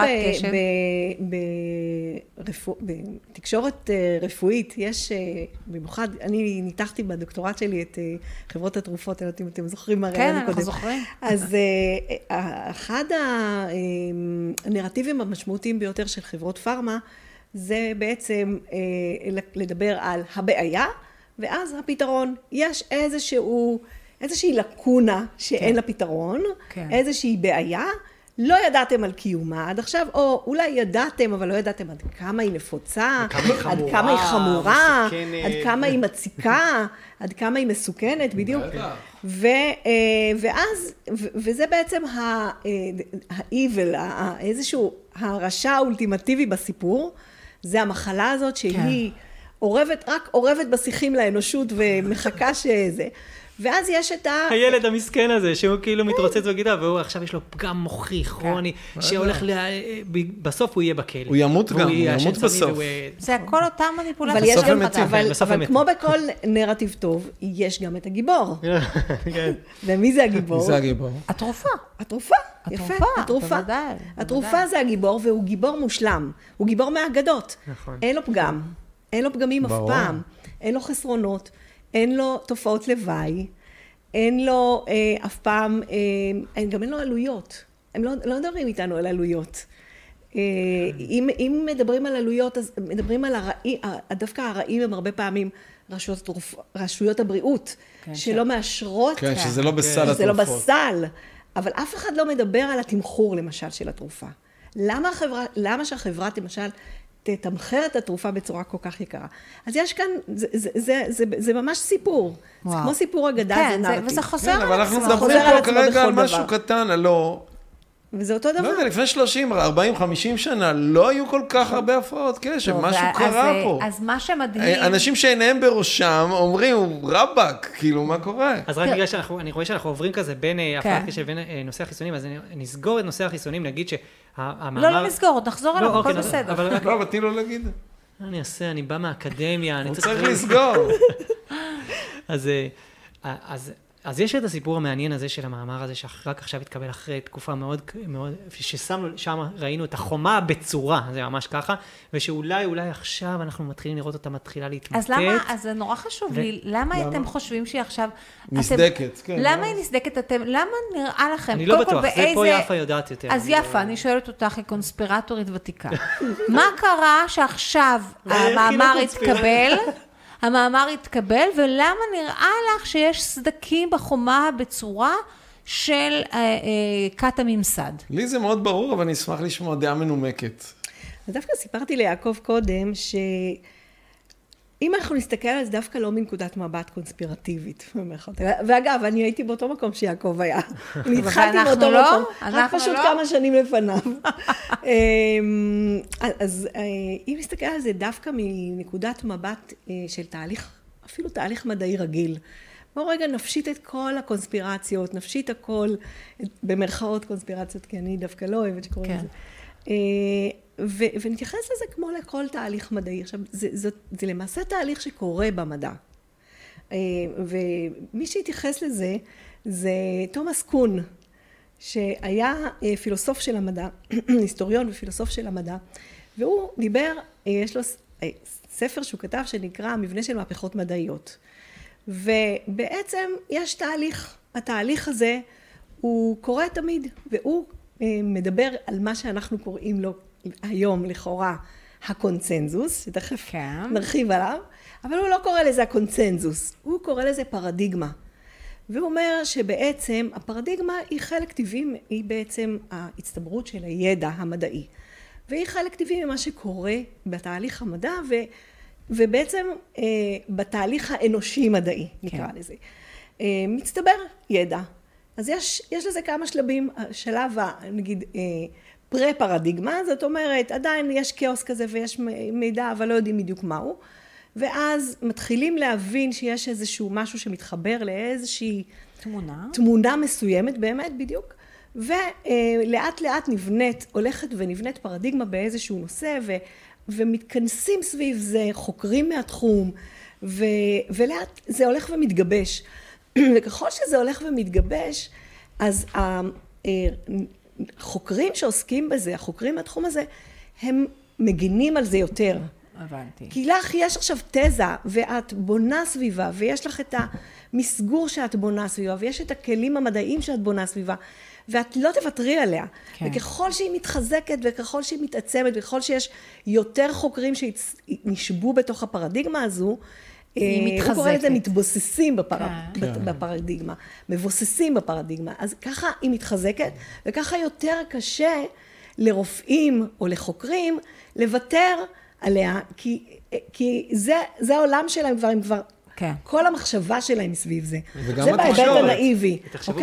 בתקשורת רפואית, יש במיוחד, אני ניתחתי בדוקטורט שלי את חברות התרופות, אם אתם זוכרים מה ראינו קודם. כן, אנחנו זוכרים. אז אחד הנרטיבים המשמעותיים ביותר של חברות פארמה, זה בעצם לדבר על הבעיה, ואז הפתרון. יש איזושהי לקונה שאין לה פתרון, איזושהי בעיה, לא ידעתם על קיומה עד עכשיו, או אולי ידעתם, אבל לא ידעתם עד כמה היא נפוצה, עד כמה היא חמורה, עד כמה היא מציקה, עד כמה היא מסוכנת, בדיוק. וזה בעצם ה-evil, איזשהו הרשע האולטימטיבי בסיפור, זה המחלה הזאת שהיא רק עורבת בשיחים לאנושות ומחכה שזה. ואז יש את הילד המסכן הזה, שהוא כאילו מתרוצץ בגידה, והוא עכשיו יש לו פגם מוחי, כרוני, שהולך בסוף הוא יהיה בכלא. הוא ימות גם, הוא ימות בסוף. זה הכל אותם מניפולציות. אבל כמו בכל נרטיב טוב, יש גם את הגיבור. ומי זה הגיבור? מי זה הגיבור? התרופה. התרופה, יפה, התרופה. התרופה זה הגיבור, והוא גיבור מושלם. הוא גיבור מהאגדות. אין לו פגם. אין לו פגמים אף פעם. אין לו חסרונות. אין לו תופעות לוואי, אין לו אף פעם, גם אין לו עלויות. הם לא מדברים איתנו על עלויות. אם מדברים על עלויות, אז מדברים על דווקא הרעים הם הרבה פעמים רשויות הבריאות, שלא מאשרות. כן, שזה לא בסל התרופות. שזה לא בסל, אבל אף אחד לא מדבר על התמחור למשל של התרופה. למה שהחברה למשל תתמחר את התרופה בצורה כל כך יקרה. אז יש כאן, זה ממש סיפור. זה כמו סיפור אגדה, זה נרטיב. וזה חוזר על עצמו. אבל אנחנו מדברים פה כרגע על משהו קטן, הלא... וזה אותו דבר. לא יודע, לפני 30, 40, 50 שנה, לא היו כל כך הרבה הפרעות קשב, משהו קרה פה. אז מה שמדהים... אנשים שעיניהם בראשם אומרים, רבק, כאילו, מה קורה? אז רק בגלל שאני רואה שאנחנו עוברים כזה בין הפרעת קשב ובין נושא החיסונים, אז נסגור את נושא החיסונים, נגיד שהמאמר... לא נסגור, נחזור עליו, הכל בסדר. לא, אבל תני לו להגיד. אני אעשה, אני בא מהאקדמיה, הוא צריך לסגור. אז יש את הסיפור המעניין הזה של המאמר הזה, שרק עכשיו התקבל אחרי תקופה מאוד, ששם ראינו את החומה בצורה, זה ממש ככה, ושאולי עכשיו אנחנו מתחילים לראות אותה מתחילה להתמוטט. אז למה, אז זה נורא חשוב לי, למה אתם חושבים שהיא עכשיו... נסדקת, כן. למה היא נסדקת? למה נראה לכם? אני לא בטוח, זה פה יפה יודעת יותר. אז יפה, אני שואלת אותך, היא קונספירטורית ותיקה. מה קרה שעכשיו המאמר התקבל, ולמה נראה לך שיש סדקים בחומה בצורה של כת הממסד? לי זה מאוד ברור, אבל אני אשמח לשמוע דעה מנומקת. אז דווקא סיפרתי ליעקב קודם, שאם אנחנו נסתכל על זה דווקא לא מנקודת מבט קונספירטיבית. ואגב, אני הייתי באותו מקום שיעקב היה. אני התחלתי באותו מקום, רק פשוט כמה שנים לפניו. אז אם נסתכל על זה דווקא מנקודת מבט של תהליך, אפילו תהליך מדעי רגיל. בואו רגע נפשיט את כל הקונספירציות, נפשיט הכל, במרכאות קונספירציות, כי אני דווקא לא אוהבת שקוראים לזה. ונתייחס לזה כמו לכל תהליך מדעי. עכשיו, זה למעשה תהליך שקורה במדע. ומי שהתייחס לזה, זה תומאס קון, שהיה פילוסוף של המדע, היסטוריון ופילוסוף של המדע, והוא דיבר, יש לו ספר שהוא כתב שנקרא המבנה של מהפכות מדעיות. ובעצם יש תהליך, התהליך הזה הוא קורה תמיד, והוא מדבר על מה שאנחנו קוראים לו היום לכאורה הקונצנזוס, שתכף נרחיב עליו, אבל הוא לא קורא לזה הקונצנזוס, הוא קורא לזה פרדיגמה. והוא אומר שבעצם הפרדיגמה היא חלק טבעי, היא בעצם ההצטברות של הידע המדעי. והיא חלק טבעי ממה שקורה בתהליך המדע, ובעצם בתהליך האנושי-מדעי, נקרא לזה. מצטבר ידע. אז יש לזה כמה שלבים. שלב, נגיד, פרה-פרדיגמה, זאת אומרת, עדיין יש כאוס כזה ויש מידע, אבל לא יודעים בדיוק מהו. ואז מתחילים להבין שיש איזשהו משהו שמתחבר לאיזושהי תמונה מסוימת, באמת, בדיוק. ולאט לאט הולכת ונבנית פרדיגמה באיזשהו נושא, ומתכנסים סביב זה חוקרים מהתחום, ולאט זה הולך ומתגבש. וככל שזה הולך ומתגבש, אז החוקרים שעוסקים בזה, החוקרים מהתחום הזה, הם מגינים על זה יותר. הבנתי. כי לך יש עכשיו תזה, ואת בונה סביבה, ויש לך את המסגור שאת בונה סביבה, ויש את הכלים המדעיים שאת בונה סביבה, ואת לא תוותרי עליה. כן. וככל שהיא מתחזקת, וככל שהיא מתעצמת, וככל שיש יותר חוקרים שנשבו בתוך הפרדיגמה הזו, הוא קורא לזה מתבוססים בפרדיגמה, מבוססים בפרדיגמה. אז ככה היא מתחזקת, וככה יותר קשה לרופאים או לחוקרים לוותר עליה, כי זה העולם שלהם כבר, הם כבר, כל המחשבה שלהם סביב זה. זה בהיבט הנאיבי.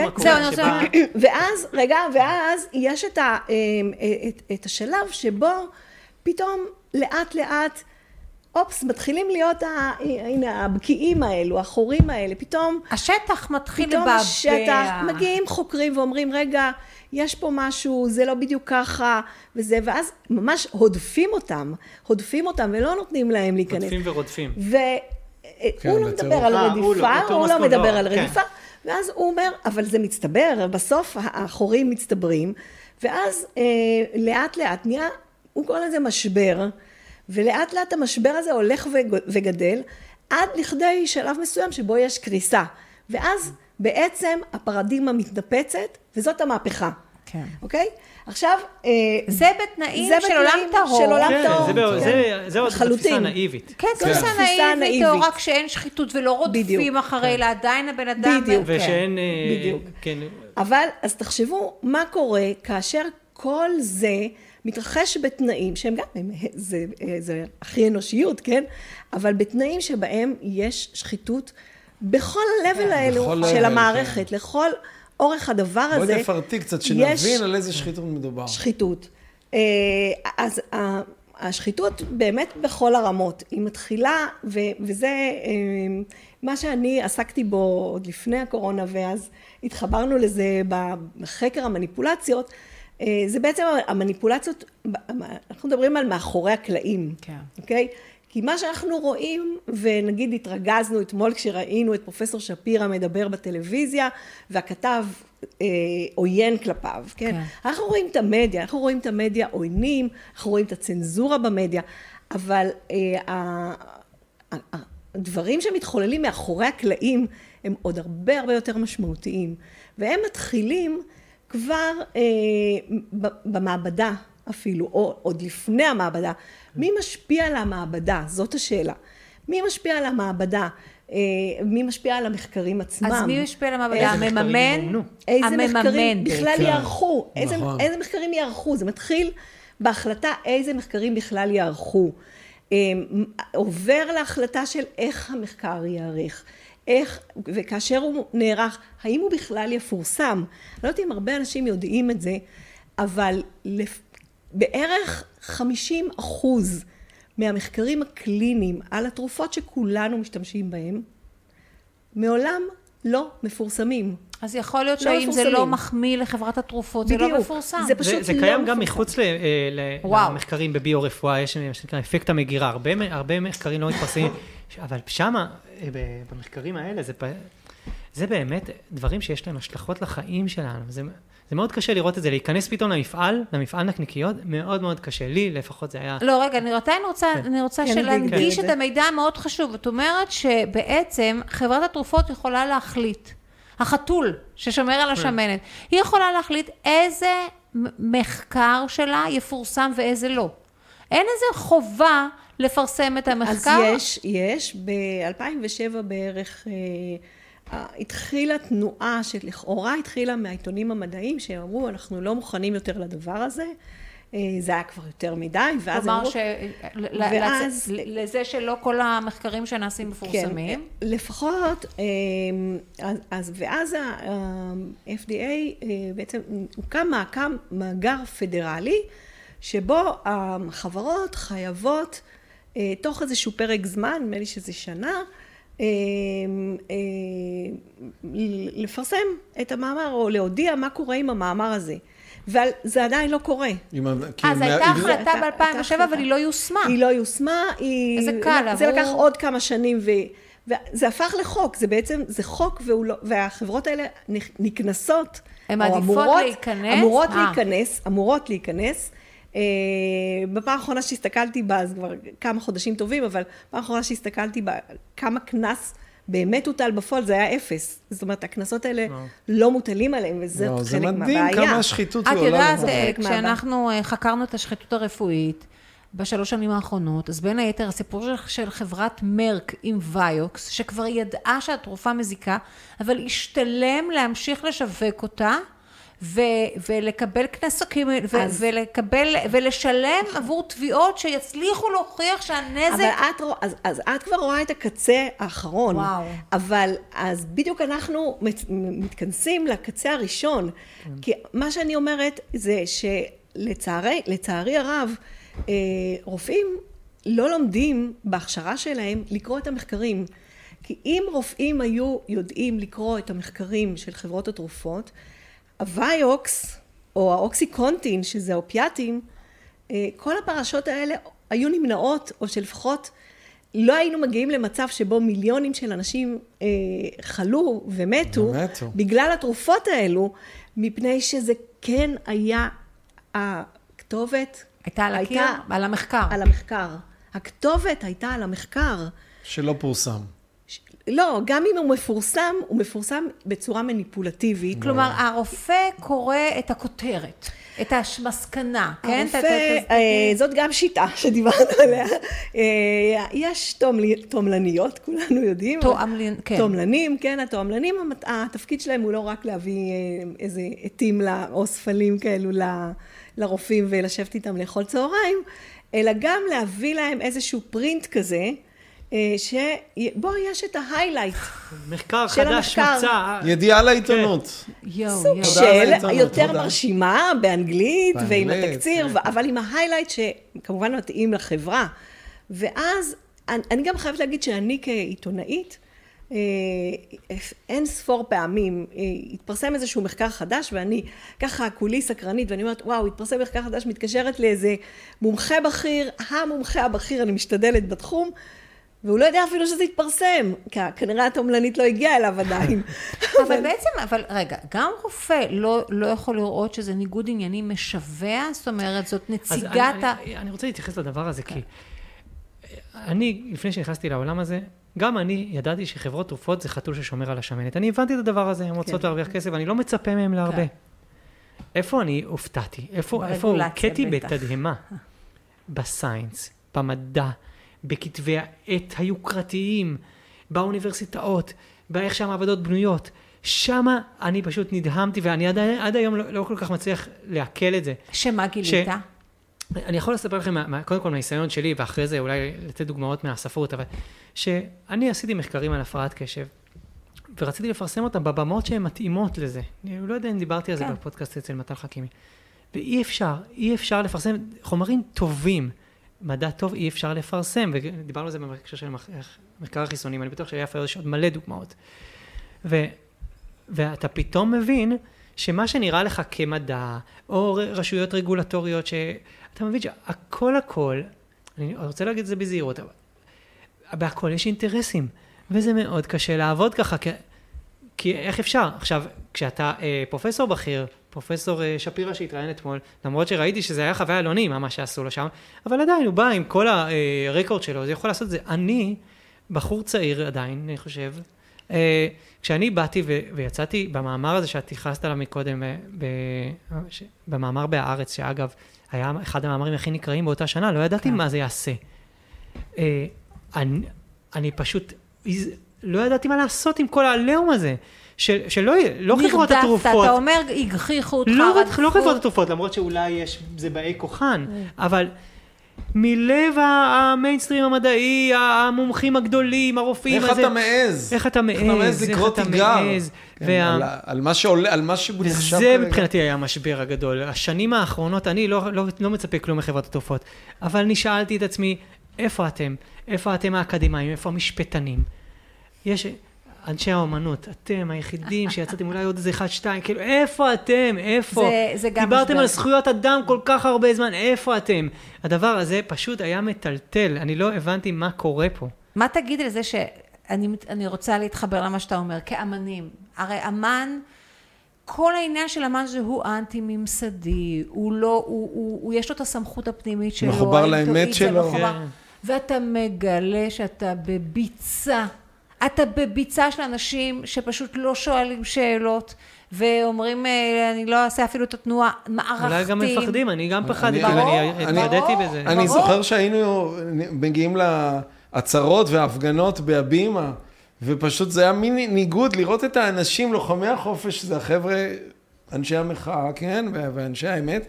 ואז יש את השלב שבו פתאום לאט לאט, מתחילים להיות הבקיעים האלו, החורים האלה, פתאום השטח מתחיל לבעבע. פתאום השטח, מגיעים חוקרים ואומרים, רגע, יש פה משהו, זה לא בדיוק ככה, וזה, ואז ממש הודפים אותם, ולא נותנים להם להיכנס. הודפים ורודפים. והוא לא מדבר על רדיפה, הוא לא מדבר על רדיפה, ואז הוא אומר, אבל זה מצטבר, בסוף החורים מצטברים, ואז לאט לאט נהיה, הוא קורא לזה משבר, ולאט לאט המשבר הזה הולך וגדל, עד לכדי שלב מסוים שבו יש קריסה. ואז בעצם הפרדיגמה מתנפצת, וזאת המהפכה. כן. אוקיי? עכשיו, זה בתנאים של עולם טהור. של עולם טהור. זה עוד תפיסה נאיבית. כן, זו תפיסה נאיבית, או רק שאין שחיתות ולא רודפים אחרי, אלא עדיין הבן אדם... בדיוק. ושאין... בדיוק. אבל, אז תחשבו, מה קורה כאשר כל זה... מתרחש בתנאים שהם גם, זה הכי אנושיות, כן? אבל בתנאים שבהם יש שחיתות בכל הלבל האלו של המערכת, לכל אורך הדבר הזה. בואי תפרטי קצת, שנבין על איזה שחיתות מדובר. שחיתות. אז השחיתות באמת בכל הרמות. היא מתחילה, וזה מה שאני עסקתי בו עוד לפני הקורונה, ואז התחברנו לזה בחקר המניפולציות, זה בעצם המניפולציות, אנחנו מדברים על מאחורי הקלעים, אוקיי? כי מה שאנחנו רואים, ונגיד התרגזנו אתמול כשראינו את פרופסור שפירא מדבר בטלוויזיה, והכתב עוין כלפיו, כן? אנחנו רואים את המדיה, אנחנו רואים את המדיה עוינים, אנחנו רואים את הצנזורה במדיה, אבל הדברים שמתחוללים מאחורי הקלעים, הם עוד הרבה הרבה יותר משמעותיים, והם מתחילים כבר במעבדה אפילו, או עוד לפני המעבדה. מי משפיע על המעבדה? זאת השאלה. מי משפיע על המעבדה? מי משפיע על המחקרים עצמם? אז מי משפיע על המעבדה? המממן? איזה מחקרים בכלל יערכו? איזה מחקרים יערכו? זה מתחיל בהחלטה איזה מחקרים בכלל יערכו. עובר להחלטה של איך המחקר יערך. איך, וכאשר הוא נערך, האם הוא בכלל יפורסם? לא יודעת אם הרבה אנשים יודעים את זה, אבל בערך 50% מהמחקרים הקליניים על התרופות שכולנו משתמשים בהם, מעולם לא מפורסמים. אז יכול להיות שאם זה לא מחמיא לחברת התרופות, זה לא מפורסם. זה פשוט לא מפורסם. זה קיים גם מחוץ למחקרים בביו-רפואה, יש אפקט המגירה, הרבה מחקרים לא מתפרסמים, אבל שמה, במחקרים האלה, זה באמת דברים שיש להם השלכות לחיים שלנו. זה מאוד קשה לראות את זה, להיכנס פתאום למפעל נקניקיות, מאוד מאוד קשה. לי לפחות זה היה... לא, רגע, אני רוצה להדגיש את המידע המאוד חשוב. זאת אומרת שבעצם חברת התרופות יכולה להחליט, החתול ששומר על השמנת, היא יכולה להחליט איזה מחקר שלה יפורסם ואיזה לא. אין איזה חובה לפרסם את המחקר? אז יש, ב-2007 בערך התחילה תנועה שלכאורה התחילה מהעיתונים המדעיים שאמרו אנחנו לא מוכנים יותר לדבר הזה, זה היה כבר יותר מדי, ואז כלומר, אמרו... לזה שלא כל המחקרים שנעשים מפורסמים. כן, לפחות, ואז ה-FDA בעצם הוקם מאגר פדרלי, שבו החברות חייבות, תוך איזשהו פרק זמן, נדמה לי שזה שנה, לפרסם את המאמר, או להודיע מה קורה עם המאמר הזה. וזה עדיין לא קורה. אז הייתה החלטה ב-2007, אבל היא לא יושמה. היא לא יושמה, איזה קל, זה לקח עוד כמה שנים, וזה הפך לחוק, זה בעצם, זה חוק, והחברות האלה נקנסות, הן מעדיפות להיכנס. אמורות להיכנס. בפעם האחרונה שהסתכלתי בה, אז כבר כמה חודשים טובים, אבל בפעם האחרונה שהסתכלתי בה, כמה קנס באמת הוטל בפועל, זה היה 0. זאת אומרת, הקנסות האלה לא מוטלים עליהם, וזה חלק מהבעיה. זה מדהים כמה השחיתות היא עולה. את יודעת, כשאנחנו חקרנו את השחיתות הרפואית, ב3 שנים האחרונות, אז בין היתר הסיפור של חברת מרק עם ויוקס, שכבר ידעה שהתרופה מזיקה, אבל השתלם להמשיך לשווק אותה, ולקבל כנסקים, ולשלם עבור תביעות שיצליחו להוכיח שהנזק... אז את כבר רואה את הקצה האחרון. וואו. אבל אז בדיוק אנחנו מתכנסים לקצה הראשון. כי מה שאני אומרת זה שלצערי הרב, רופאים לא לומדים בהכשרה שלהם לקרוא את המחקרים. כי אם רופאים היו יודעים לקרוא את המחקרים של חברות התרופות, הוויוקס, או האוקסיקונטין, שזה האופיאטים, כל הפרשות האלה היו נמנעות, או שלפחות לא היינו מגיעים למצב שבו מיליונים של אנשים חלו ומתו, בגלל התרופות האלו, מפני שזה כן היה הכתובת. הייתה על הקיר? על המחקר. על המחקר. הכתובת הייתה על המחקר. שלא פורסם. לא, גם אם הוא מפורסם בצורה מניפולטיבית. כלומר, הרופא קורא את הכותרת, את המסקנה, כן? זאת גם שיטה שדיברנו עליה. יש תועמלניות, כולנו יודעים. תועמלנים, כן, התועמלנים, התפקיד שלהם הוא לא רק להביא איזה עטים או ספלים כאלו לרופאים ולשבת איתם לאכול צהריים, אלא גם להביא להם איזשהו פרינט כזה, שבו יש את ההיילייט מחקר חדש מוצא. ידיעה לעיתונות. סוג של יותר מרשימה באנגלית ועם התקציר, אבל עם ההיילייט שכמובן מתאים לחברה. ואז אני גם חייבת להגיד שאני כעיתונאית, אין ספור פעמים, התפרסם איזשהו מחקר חדש, ואני ככה כולי סקרנית, ואני אומרת, וואו, התפרסם מחקר חדש, מתקשרת לאיזה מומחה בכיר, המומחה הבכיר, אני משתדלת בתחום, והוא לא יודע אפילו שזה יתפרסם, כי כנראה התועמלנית לא הגיעה אליו עדיין. אבל בעצם, רגע, גם רופא לא יכול לראות שזה ניגוד עניינים משווה, זאת אומרת, זאת נציגת אני רוצה להתייחס לדבר הזה, כי אני, לפני שנכנסתי לעולם הזה, גם אני ידעתי שחברות תרופות זה חתול ששומר על השמנת. אני הבנתי את הדבר הזה, הן רוצות להרוויח כסף, ואני לא מצפה מהם להרבה. איפה אני הופתעתי? איפה הוקעתי בתדהמה? בסיינס, במדע, בכתבי העת היוקרתיים, באוניברסיטאות, באיך שהמעבדות בנויות. שמה אני פשוט נדהמתי, ואני עד היום לא כל כך מצליח לעכל את זה. שמה גילית? אני יכול לספר לכם, קודם כל מהניסיון שלי, ואחרי זה אולי לתת דוגמאות מהספרות, אבל שאני עשיתי מחקרים על הפרעת קשב, ורציתי לפרסם אותם בבמות שהן מתאימות לזה. אני לא יודע אם דיברתי על זה בפודקאסט אצל מתן חכימי. ואי אפשר לפרסם חומרים טובים. מדע טוב אי אפשר לפרסם, ודיברנו על זה במקשר של מחקר החיסונים, אני בטוח שהיה יש עוד מלא דוגמאות. ואתה פתאום מבין שמה שנראה לך כמדע, או רשויות רגולטוריות, שאתה מבין שהכל, אני רוצה להגיד את זה בזהירות, בהכל יש אינטרסים, וזה מאוד קשה לעבוד ככה, כי איך אפשר? עכשיו, כשאתה פרופסור בכיר, פרופסור שפירה שהתראיין אתמול, למרות שראיתי שזה היה חוויה לא נעימה מה שעשו לו שם, אבל עדיין הוא בא עם כל הרקורד שלו, זה יכול לעשות את זה. אני, בחור צעיר עדיין, אני חושב, כשאני באתי ויצאתי במאמר הזה שאת התייחסת עליו מקודם, במאמר בהארץ, שאגב, היה אחד המאמרים הכי נקראים באותה שנה, לא ידעתי מה זה יעשה. אני פשוט לא ידעתי מה לעשות עם כל העליהום הזה, שלא חברות התרופות. נרדפת, אתה אומר, הגחיכו אותך. לא חברות התרופות, למרות שאולי זה באי כוחן, אבל מלב המיינסטרים המדעי, המומחים הגדולים, הרופאים. איך אתה מעז? איך אתה מעז לקרוא תיגר? על מה שעולה, על מה שנחשב זה מבחינתי היה המשבר הגדול. השנים האחרונות, אני לא מצפה כלום מחברת התרופות, אבל אני שאלתי את עצמי, איפה אתם? איפה אתם האקדמיים? איפה המשפטנים? יש אנשי האומנות, אתם היחידים שיצאתם אולי עוד איזה 1-2, כאילו, איפה אתם? איפה? זה גם דיברתם על זכויות אדם כל כך הרבה זמן, איפה אתם? הדבר הזה פשוט היה מטלטל, אני לא הבנתי מה קורה פה. מה תגיד על זה שאני רוצה להתחבר למה שאתה אומר, כאמנים? הרי אמן, כל העניין של אמן זה הוא אנטי-ממסדי, יש לו את הסמכות הפנימית שלו. מחובר לאמת שלו. ואתה מגלה שאתה בביצה. אתה בביצה של אנשים שפשוט לא שואלים שאלות, ואומרים, אני לא אעשה אפילו את התנועה, מערכתיים. אולי גם מפחדים, אני גם פחדתי, ואני התוודעתי בזה. אני זוכר שהיינו מגיעים לעצרות וההפגנות בהבימה, ופשוט זה היה מין ניגוד לראות את האנשים, לוחמי החופש, זה החבר'ה, אנשי המחאה, כן, ואנשי האמת,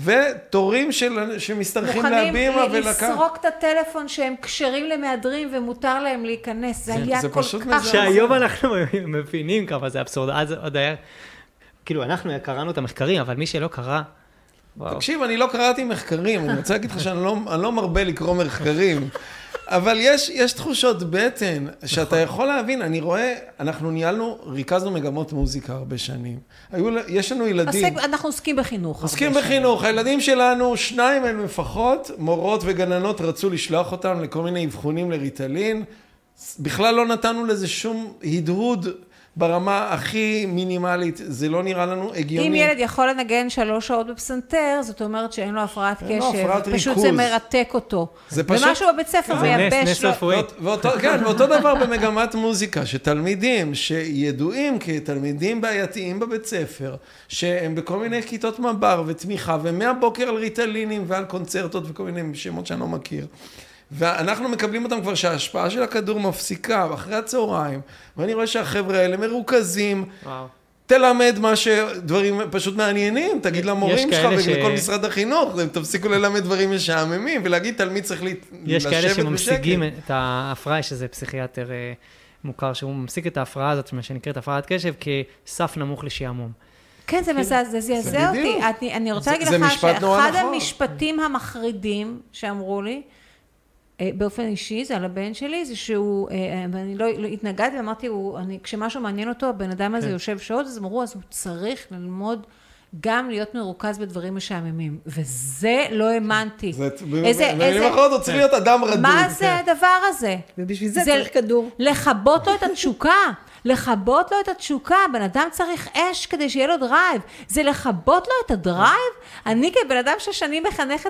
ותורים שמשתרכים להבימה מוכנים לסרוק את הטלפון שהם קשרים למהדרים ומותר להם להיכנס. זה היה כל כך... שהיום אנחנו מבינים כמה זה אבסורד. אז עוד היה... כאילו, אנחנו קראנו את המחקרים, אבל מי שלא קרא... תקשיב, אני לא קראתי מחקרים. אני רוצה להגיד לך שאני לא מרבה לקרוא מחקרים. אבל יש תחושות בטן שאתה יכול להבין, אני רואה, אנחנו ריכזנו מגמות מוזיקה הרבה שנים. יש לנו ילדים. אנחנו עוסקים בחינוך. עוסקים בחינוך. הילדים שלנו, 2 מהם לפחות, מורות וגננות רצו לשלוח אותם לכל מיני אבחונים לריטלין. בכלל לא נתנו לזה שום הדהוד ברמה הכי מינימלית, זה לא נראה לנו הגיוני. אם ילד יכול לנגן 3 שעות בפסנתר, זאת אומרת שאין לו הפרעת קשב, פשוט זה מרתק אותו. ומשהו בבית ספר מייבש לו. כן, ואותו דבר במגמת מוזיקה, שתלמידים שידועים כתלמידים בעייתיים בבית ספר, שהם בכל מיני כיתות מב"ר ותמיכה, ומהבוקר על ריטלינים ועל קונצרטות וכל מיני שמות שאני לא מכיר. ואנחנו מקבלים אותם כבר שההשפעה של הכדור מפסיקה אחרי הצהריים, ואני רואה שהחבר'ה האלה מרוכזים. תלמד מה שדברים פשוט מעניינים, תגיד למורים שלך ולכל משרד החינוך, הם תפסיקו ללמד דברים משעממים, ולהגיד תלמיד צריך לשבת בשקט. יש כאלה שממשיגים את ההפרעה, יש איזה פסיכיאטר מוכר, שהוא ממשיג את ההפרעה הזאת, מה שנקראת הפרעת קשב, כסף נמוך לשעמום. כן, זה זעזע אותי. אני רוצה להגיד לך שאחד המשפטים המחרידים שאמרו לי, באופן אישי, זה על הבן שלי, זה שהוא, ואני לא התנגדתי, ואמרתי, כשמשהו מעניין אותו, הבן אדם הזה יושב שעות, אז אמרו, אז הוא צריך ללמוד גם להיות מרוכז בדברים משעממים. וזה לא האמנתי. במילים אחרות, הוא צריך להיות אדם רדוד. מה זה הדבר הזה? ובשביל זה צריך כדור. לכבות לו את התשוקה. לכבות לו את התשוקה, בן אדם צריך אש כדי שיהיה לו דרייב, זה לכבות לו את הדרייב? אני כבן אדם ששנים מחנכת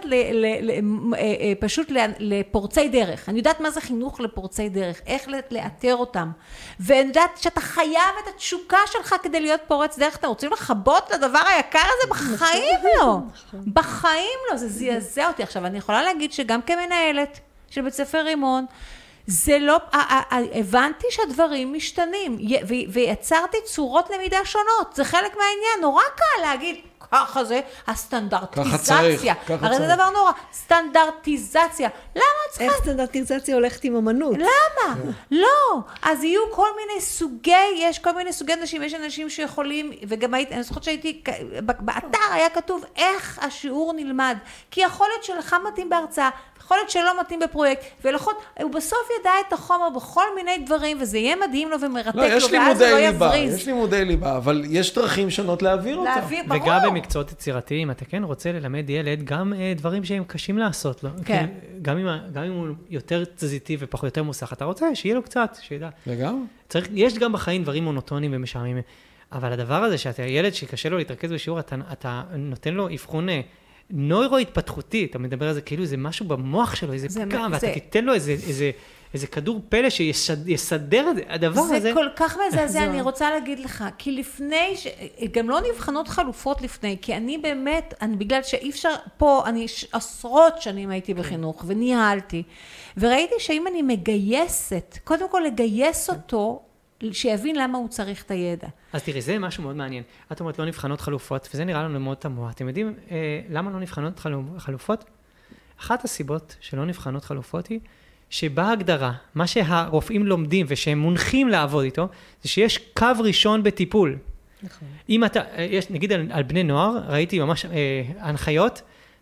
פשוט לפורצי דרך, אני יודעת מה זה חינוך לפורצי דרך, איך לאתר אותם, ואני יודעת שאתה חייב את התשוקה שלך כדי להיות פורץ דרך, אתם רוצים לכבות לדבר היקר הזה? בחיים לא, בחיים לא, זה זעזע אותי. עכשיו, אני יכולה להגיד שגם כמנהלת של בית ספר רימון, זה לא, הבנתי שהדברים משתנים, ויצרתי צורות למידה שונות, זה חלק מהעניין, נורא קל להגיד, ככה זה הסטנדרטיזציה, הרי זה דבר נורא, סטנדרטיזציה, למה צריכה? איך סטנדרטיזציה הולכת עם אמנות? למה? לא, אז יהיו כל מיני סוגי, יש כל מיני סוגי אנשים, יש אנשים שיכולים, וגם אני זוכרת שהייתי, באתר היה כתוב איך השיעור נלמד, כי יכול להיות שלך מתאים בהרצאה, יכול להיות שלא מתאים בפרויקט, הוא בסוף ידע את החומר בכל מיני דברים, וזה יהיה מדהים לו ומרתק לו, ואז הוא לא יבריז. יש לימודי ליבה, אבל יש דרכים שונות להעביר אותה. וגם במקצועות יצירתיים, אתה כן רוצה ללמד ילד גם דברים שהם קשים לעשות לו. כן. גם אם הוא יותר תזזיתי ופחות יותר מוסך, אתה רוצה שיהיה לו קצת, שידע. וגם? יש גם בחיים דברים מונוטונים ומשעממים, אבל הדבר הזה שאתה ילד שקשה לו להתרכז בשיעור, אתה נותן לו אבחון נוירו-התפתחותי, אתה מדבר על זה כאילו זה משהו במוח שלו, איזה פגם, ואתה תיתן לו איזה כדור פלא שיסדר את הדבר הזה. זה כל כך מזעזע, אני רוצה להגיד לך, כי לפני, גם לא נבחנות חלופות לפני, כי אני באמת, בגלל שאי אפשר פה, אני עשרות שנים הייתי בחינוך, וניהלתי, וראיתי שאם אני מגייסת, קודם כל לגייס אותו, שיבין למה הוא צריך את הידע. אז תראי, זה משהו מאוד מעניין. את אומרת, לא נבחנות חלופות, וזה נראה לנו מאוד תמוה. אתם יודעים למה לא נבחנות חלופות? אחת הסיבות שלא נבחנות חלופות היא, שבהגדרה, מה שהרופאים לומדים ושהם מונחים לעבוד איתו, זה שיש קו ראשון בטיפול. נכון. אם אתה, נגיד על בני נוער, ראיתי ממש הנחיות,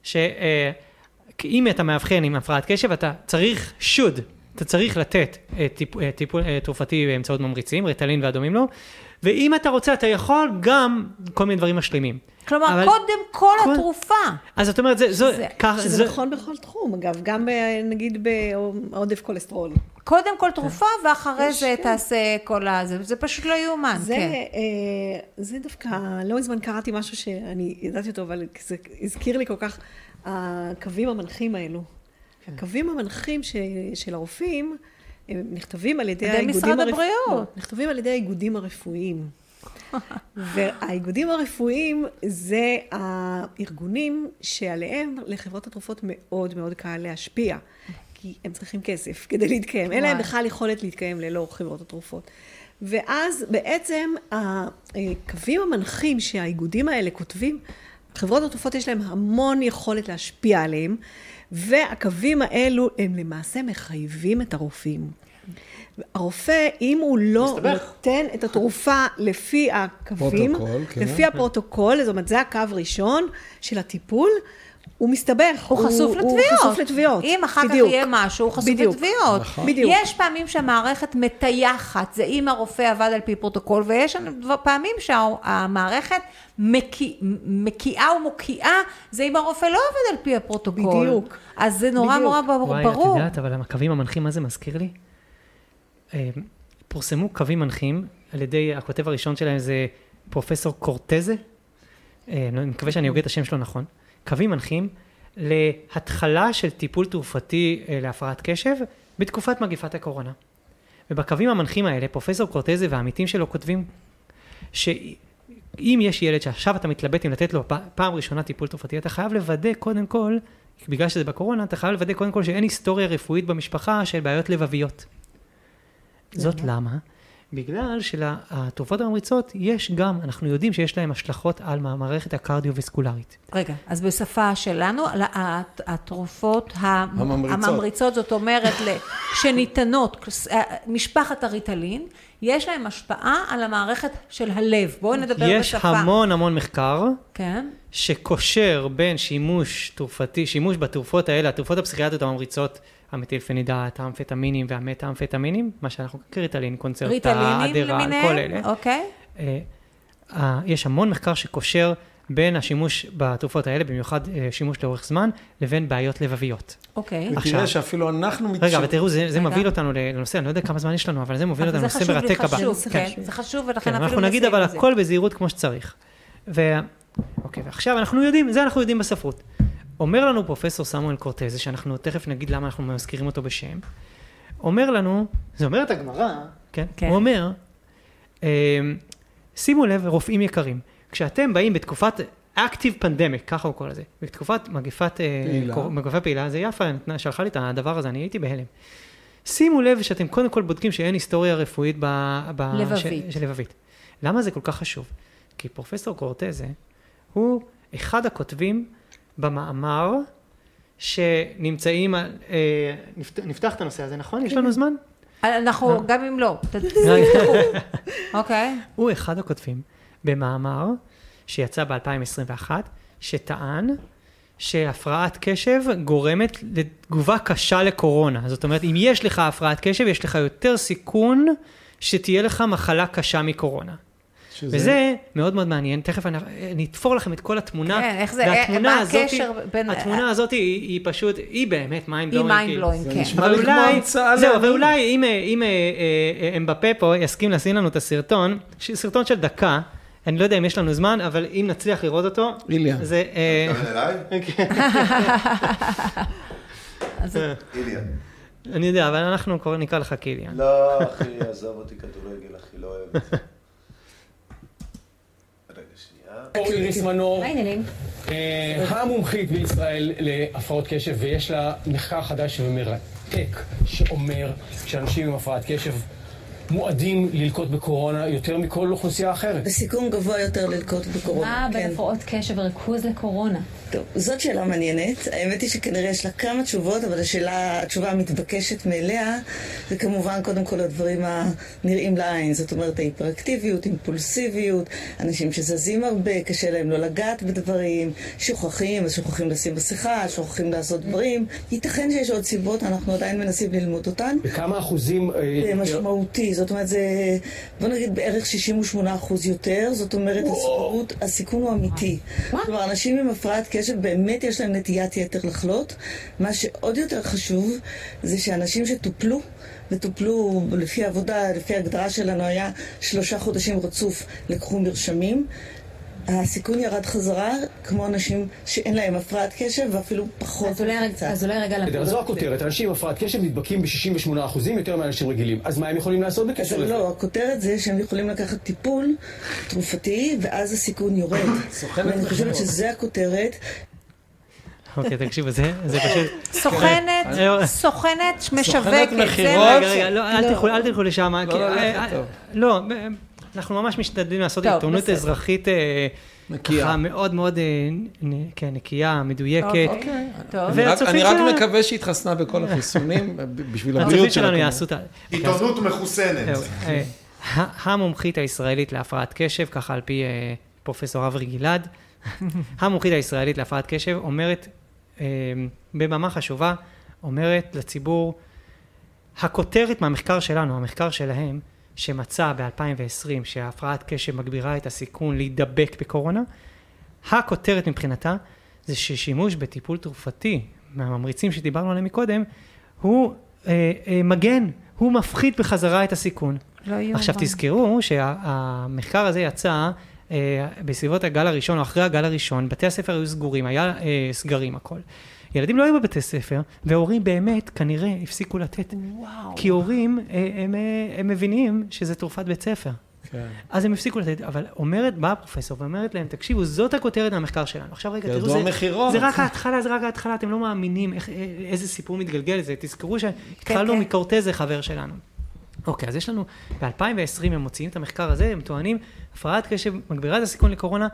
שאם אתה מאבחן עם הפרעת קשב, אתה צריך לתת טיפול תרופתי באמצעות ממריצים, ריטלין ואדומים לו, ואם אתה רוצה, אתה יכול גם כל מיני דברים משלימים. כלומר, קודם כל התרופה. אז זאת אומרת, שזה נכון בכל תחום, אגב, גם נגיד בעודף כולסטרול. קודם כל תרופה, ואחרי זה תעשה כל הזה. זה פשוט לא יאומן. זה דווקא, לא מזמן קראתי משהו שאני ידעתי אותו, אבל זה הזכיר לי כל כך, הקווים המנחים האלו. הקווים המנחים של הרופאים, הם נכתבים על ידי משרד הבריאות. נכתבים על ידי האיגודים הרפואיים. והאיגודים הרפואיים זה הארגונים שעליהם לחברות התרופות מאוד מאוד קל להשפיע, כי הם צריכים כסף כדי להתקיים. אין להם בכלל יכולת להתקיים ללא חברות התרופות. ואז בעצם הקווים המנחים שהאיגודים האלה כותבים, חברות התרופות יש להם המון יכולת להשפיע עליהם, והקווים האלו הם למעשה מחייבים את הרופאים. הרופא, אם הוא לא נותן את התרופה לפי הקווים, לפי הפרוטוקול, זאת אומרת, זה הקו ראשון של הטיפול, הוא מסתבך. הוא חשוף לתביעות. אם אחר כך יהיה משהו, הוא חשוף לתביעות. יש פעמים שהמערכת מטייחת, זה אם הרופא עבד על פי פרוטוקול, ויש פעמים שהמערכת מקיעה ומוקיעה, זה אם הרופא לא עבד על פי הפרוטוקול. בדיוק. אז זה נורא נורא ברור. וואי, את יודעת, אבל הקווים המנחים, מה זה מזכיר לי? פורסמו קווים מנחים, על ידי, הכותב הראשון שלהם זה פרופסור קורטזה, אני מקווה שאני אוגע את השם שלו נכון, קווים מנחים להתחלה של טיפול תרופתי להפרעת קשב בתקופת מגפת הקורונה. ובקווים המנחים האלה, פרופסור קורטזה והעמיתים שלו כותבים שאם יש ילד שעכשיו אתה מתלבט אם לתת לו פעם ראשונה טיפול תרופתי, אתה חייב לוודא קודם כל, בגלל שזה בקורונה, אתה חייב לוודא קודם כל שאין היסטוריה רפואית במשפחה של בעיות לבביות. זאת למה? בגלל שלתרופות הממריצות יש גם, אנחנו יודעים שיש להם השלכות על המערכת הקרדיו-וסקולרית. רגע, אז בשפה שלנו, התרופות הממריצות, זאת אומרת שניתנות, משפחת הריטלין, יש להם השפעה על המערכת של הלב. בואו נדבר בשפה. יש המון מחקר, שקושר בין שימוש בתרופות האלה, התרופות הפסיכיאטריות הממריצות, המתילפנידט, האמפטמינים והמטאמפטמינים, מה שאנחנו ריטלין, קונצרטה, אדרל, כל אלה. אוקיי. יש המון מחקר שקושר בין השימוש בתרופות האלה, במיוחד שימוש לאורך זמן, לבין בעיות לבביות. אוקיי. ותראה שאפילו אנחנו רגע, ותראו, זה מוביל אותנו לנושא, אני לא יודע כמה זמן יש לנו, אבל זה מוביל אותנו לנושא מרתק הבא. זה חשוב, ולכן אפילו אנחנו נגיד אבל הכל בזהירות כמו שצריך. אוקיי, ועכשיו אנחנו יודעים בספרות. אומר לנו פרופסור סמואל קורטזה, שאנחנו תכף נגיד למה אנחנו מזכירים אותו בשם, אומר לנו, זה אומר את הגמרא, כן? הוא אומר, שימו לב, רופאים יקרים, כשאתם באים בתקופת active pandemic, ככה הוא קורא לזה, בתקופת מגפת פעילה, זה יפה, שלחה לי את הדבר הזה, אני הייתי בהלם. שימו לב שאתם קודם כל בודקים שאין היסטוריה רפואית לבבית. למה זה כל כך חשוב? כי פרופסור קורטזה הוא אחד הכותבים במאמר שנמצאים, נפתח את הנושא הזה, נכון? יש לנו זמן? אנחנו, גם אם לא. אוקיי. הוא אחד הכותבים במאמר שיצא ב-2021, שטען שהפרעת קשב גורמת לתגובה קשה לקורונה. זאת אומרת, אם יש לך הפרעת קשב, יש לך יותר סיכון שתהיה לך מחלה קשה מקורונה. וזה מאוד מאוד מעניין, תכף אני אתפור לכם את כל התמונה. כן, איך זה, מה הקשר בין... התמונה הזאת היא פשוט, היא באמת mind blowing. היא mind blowing, כן. נשמע לי כמו המצאה. זהו, ואולי אם אמבפה פה יסכים לשים לנו את הסרטון, סרטון של דקה, אני לא יודע אם יש לנו זמן, אבל אם נצליח לראות אותו, איליה. זה... אתה אליי? איליה. אני יודע, אבל אנחנו נקרא לך קיליאן. לא, אחי, עזוב אותי כדורגל, אחי, לא אוהב את זה. איריס מנור, המומחית בישראל להפרעות קשב, ויש לה מחקר חדש ומרתק שאומר שאנשים עם הפרעת קשב מועדים ללקות בקורונה יותר מכל אוכלוסייה אחרת? בסיכון גבוה יותר ללקות בקורונה. בין הפרעות קשב וריכוז לקורונה? טוב, זאת שאלה מעניינת. האמת היא שכנראה יש לה כמה תשובות, אבל התשובה המתבקשת מאליה, זה כמובן קודם כל הדברים הנראים לעין. זאת אומרת, ההיפראקטיביות, אימפולסיביות, אנשים שזזים הרבה, קשה להם לא לגעת בדברים, שוכחים לשים מסכה, שוכחים לעשות דברים. ייתכן שיש עוד סיבות, אנחנו עדיין מנסים ללמוד אותן. בכמה אחוזים? משמעותי, זאת אומרת, זה, בוא נגיד בערך 68% יותר, זאת אומרת, הסיכון הוא אמיתי. כלומר, אנשים עם הפרעת קשב באמת יש להם נטיית יתר לחלות. מה שעוד יותר חשוב זה שאנשים שטופלו, וטופלו לפי עבודה, לפי ההגדרה שלנו היה 3 חודשים רצוף לקחו מרשמים, הסיכון ירד חזרה כמו אנשים שאין להם הפרעת קשב ואפילו פחות. אז אולי רגע אז זו הכותרת, אנשים עם הפרעת קשב נדבקים ב-68% יותר מאנשים רגילים. אז מה הם יכולים לעשות בקשר לזה? לא, הכותרת זה שהם יכולים לקחת טיפול תרופתי ואז הסיכון יורד. ואני חושבת שזה הכותרת. אוקיי, תקשיבו, זה פשוט... סוכנת משווקת. רגע, אל תלכו לשם. לא, אנחנו ממש משתדלים לעשות עיתונות אזרחית ככה מאוד מאוד נקייה, מדויקת. אני רק מקווה שהתחסנה בכל החיסונים בשביל הבריאות שלנו יעשו את ה... עיתונות מחוסנת. המומחית הישראלית להפרעת קשב, ככה על פי פרופסור אברי גלעד, המומחית הישראלית להפרעת קשב אומרת, בממה חשובה, אומרת לציבור, הכותרת מהמחקר שלנו, המחקר שלהם, שמצא ב-2020 שהפרעת קשב מגבירה את הסיכון להידבק בקורונה, הכותרת מבחינתה זה ששימוש בטיפול תרופתי, מהממריצים שדיברנו עליהם מקודם, הוא מגן, הוא מפחית בחזרה את הסיכון. עכשיו תזכרו שהמחקר הזה יצא בסביבות הגל הראשון או אחרי הגל הראשון, בתי הספר היו סגורים, היה סגרים הכל. ילדים לא היו בבתי ספר, והורים באמת כנראה הפסיקו לתת. כי הורים, הם מבינים שזה תרופת בית ספר. אז הם הפסיקו לתת, אבל באה הפרופסור ואומרת להם, תקשיבו, זאת הכותרת מהמחקר שלנו. עכשיו רגע, תראו, זה רק ההתחלה, אתם לא מאמינים איזה סיפור מתגלגל לזה. תזכרו שהתחלנו מקורטזה, חבר שלנו. אוקיי, אז יש לנו, ב-2020 הם מוציאים את המחקר הזה, הם טוענים, הפרעת קשב מגבירה את הסיכון לקורונה,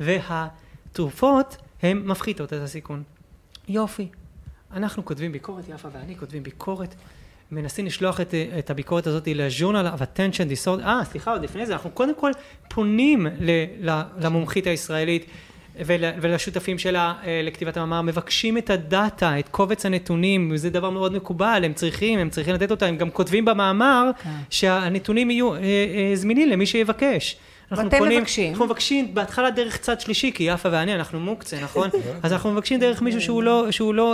והתרופות הן מפחיתות את הסיכון. יופי. אנחנו כותבים ביקורת, יפה ואני כותבים ביקורת, מנסים לשלוח את הביקורת הזאת ל-Journal of Attention Disorder. סליחה, עוד לפני זה, אנחנו קודם כל פונים למומחית הישראלית ולשותפים שלה לכתיבת המאמר, מבקשים את הדאטה, את קובץ הנתונים, וזה דבר מאוד מקובל, הם צריכים לתת אותה, הם גם כותבים במאמר שהנתונים יהיו זמינים למי שיבקש. אנחנו מבקשים בהתחלה דרך צד שלישי, כי יפה ואני, אנחנו מוקצה, נכון? אז אנחנו מבקשים דרך מישהו שהוא לא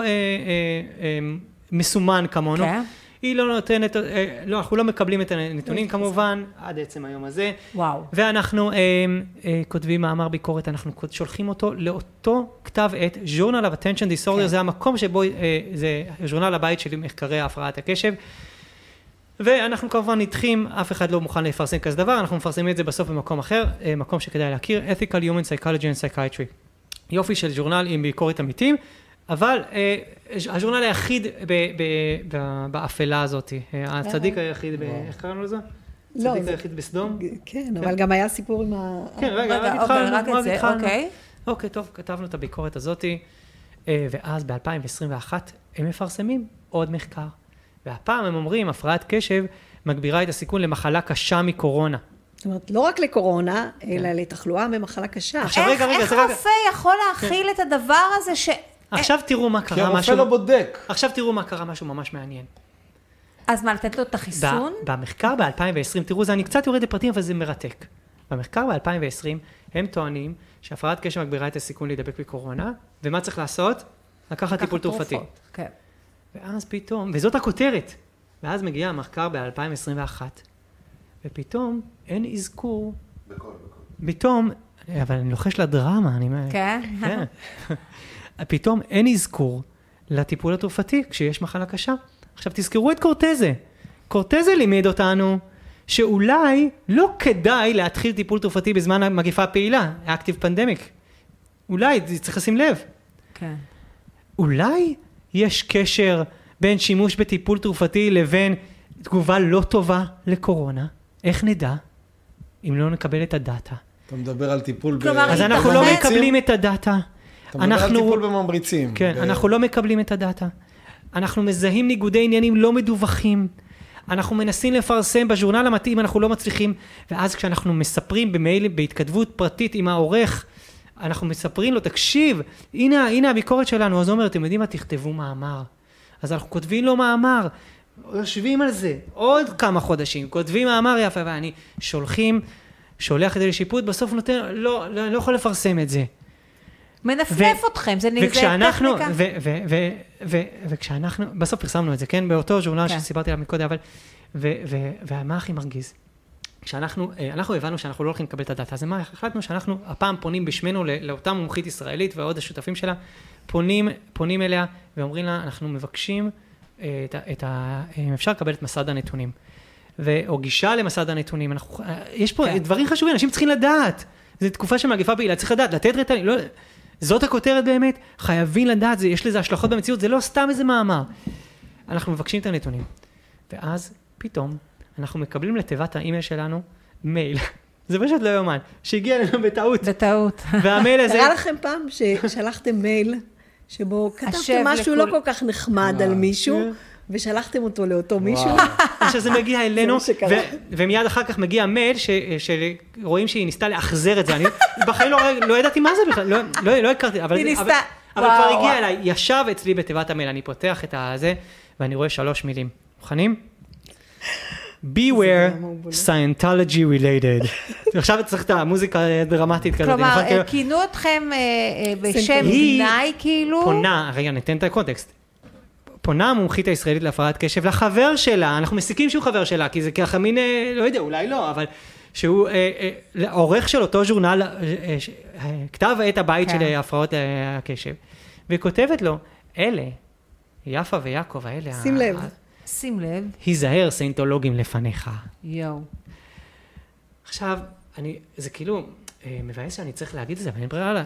מסומן כמונו. היא לא נותנת, אנחנו לא מקבלים את הנתונים כמובן, עד עצם היום הזה. ואנחנו כותבים מאמר ביקורת, אנחנו שולחים אותו לאותו כתב עת, Journal of Attention Disorder, זה המקום שבו, זה ז'ורנל הבית שלי, מחקרי הפרעת הקשב. ואנחנו כמובן נדחים, אף אחד לא מוכן לפרסם כזה דבר, אנחנו מפרסמים את זה בסוף במקום אחר, מקום שכדאי להכיר, Ethical Human Psychology and Psychiatry. יופי של ז'ורנל עם ביקורת אמיתיים, אבל הז'ורנל היחיד באפלה הזאת, הצדיק היחיד, איך קראנו לזה? הצדיק היחיד בסדום? כן, אבל גם היה סיפור עם כן, רגע, רק התחלנו. אוקיי, טוב, כתבנו את הביקורת הזאת, ואז ב-2021 הם מפרסמים עוד מחקר. והפעם הם אומרים, הפרעת קשב מגבירה את הסיכון למחלה קשה מקורונה. זאת אומרת, לא רק לקורונה, אלא לתחלואה ממחלה קשה. איך רופא יכול להכיל את הדבר הזה ש... עכשיו תראו מה קרה משהו... כי הרופא לא בודק. עכשיו תראו מה קרה משהו ממש מעניין. אז מה, לתת לו את החיסון? במחקר ב-2020, תראו, אני קצת יורד לפרטים, אבל זה מרתק. במחקר ב-2020, הם טוענים שהפרעת קשב מגבירה את הסיכון להידבק בקורונה, ומה צריך לעשות? לקחת טיפול תרופתי. כן. ואז פתאום, וזאת הכותרת, ואז מגיע המחקר ב-2021, ופתאום אין אזכור, פתאום, אבל אני לוחש לדרמה, כן? כן. פתאום אין אזכור לטיפול התרופתי כשיש מחלה קשה. עכשיו תזכרו את קורטזה. קורטזה לימד אותנו שאולי לא כדאי להתחיל טיפול תרופתי בזמן המגפה פעילה, Active Pandemic. אולי, צריך לשים לב. כן. אולי יש קשר בין שימוש בטיפול תרופתי לבין תגובה לא טובה לקורונה, איך נדע אם לא נקבל את הדאטה? אתה מדבר על טיפול אז אנחנו לא מקבלים את הדאטה. אתה מדבר על טיפול בממריצים. כן, אנחנו לא מקבלים את הדאטה. אנחנו מזהים ניגודי עניינים לא מדווחים. אנחנו מנסים לפרסם בז'ורנל המתאים, אנחנו לא מצליחים. ואז כשאנחנו מספרים במייל, בהתכתבות פרטית עם העורך, אנחנו מספרים לו, תקשיב, הנה הביקורת שלנו. אז הוא אומר, אתם יודעים מה, תכתבו מאמר. אז אנחנו כותבים לו מאמר, יושבים על זה, עוד כמה חודשים, כותבים מאמר יפה, ואני שולח את זה לשיפוט, בסוף נותן, לא יכול לפרסם את זה. מנפנף אתכם, זה טכניקה. וכשאנחנו, בסוף פרסמנו את זה, כן? באותו ז'ורנל שסיפרתי עליו מקודם, אבל, ומה הכי מרגיז? כשאנחנו הבנו שאנחנו לא הולכים לקבל את הדאטה, אז מה, החלטנו שאנחנו הפעם פונים בשמנו לאותה מומחית ישראלית ועוד השותפים שלה, פונים אליה ואומרים לה, אנחנו מבקשים אם אפשר לקבל את מסד הנתונים, או גישה למסד הנתונים. יש פה דברים חשובים, אנשים צריכים לדעת. זו תקופה של מגפה פעילה, צריך לדעת, לתת רטלין, לא, זאת הכותרת באמת, חייבים לדעת, יש לזה השלכות במציאות, זה לא סתם איזה מאמר. אנחנו מבקשים את הנתונים. ואז פתאום אנחנו מקבלים לתיבת האימייל שלנו מייל. זה פשוט לא יומן, שהגיע לנו בטעות. בטעות. והמייל הזה... קרה לכם פעם ששלחתם מייל שבו כתבתם משהו לא כל כך נחמד על מישהו, ושלחתם אותו לאותו מישהו. שזה מגיע אלינו, ומיד אחר כך מגיע מייל שרואים שהיא ניסתה לאחזר את זה. אני בחיים לא ידעתי מה זה בכלל, לא הכרתי, אבל כבר הגיע אליי, ישב אצלי בתיבת המייל, אני פותח את זה, ואני רואה 3 מילים. מוכנים? Beware Scientology related. עכשיו צריך את המוזיקה דרמטית כזאת. כלומר, כינו אתכם בשם גנאי כאילו? פונה, רגע, ניתן את הקונטקסט. פונה המומחית הישראלית להפרעת קשב לחבר שלה, אנחנו מסיקים שהוא חבר שלה, כי זה ככה מין, לא יודע, אולי לא, אבל שהוא עורך של אותו ז'ורנל, כתב את הבית של הפרעות הקשב, וכותבת לו, אלה, יפה ויעקב, האלה... שים לב. היזהר סיינטולוגים לפניך. יואו. עכשיו, זה כאילו, מבאס שאני צריך להגיד את זה, אבל אין ברירה לה.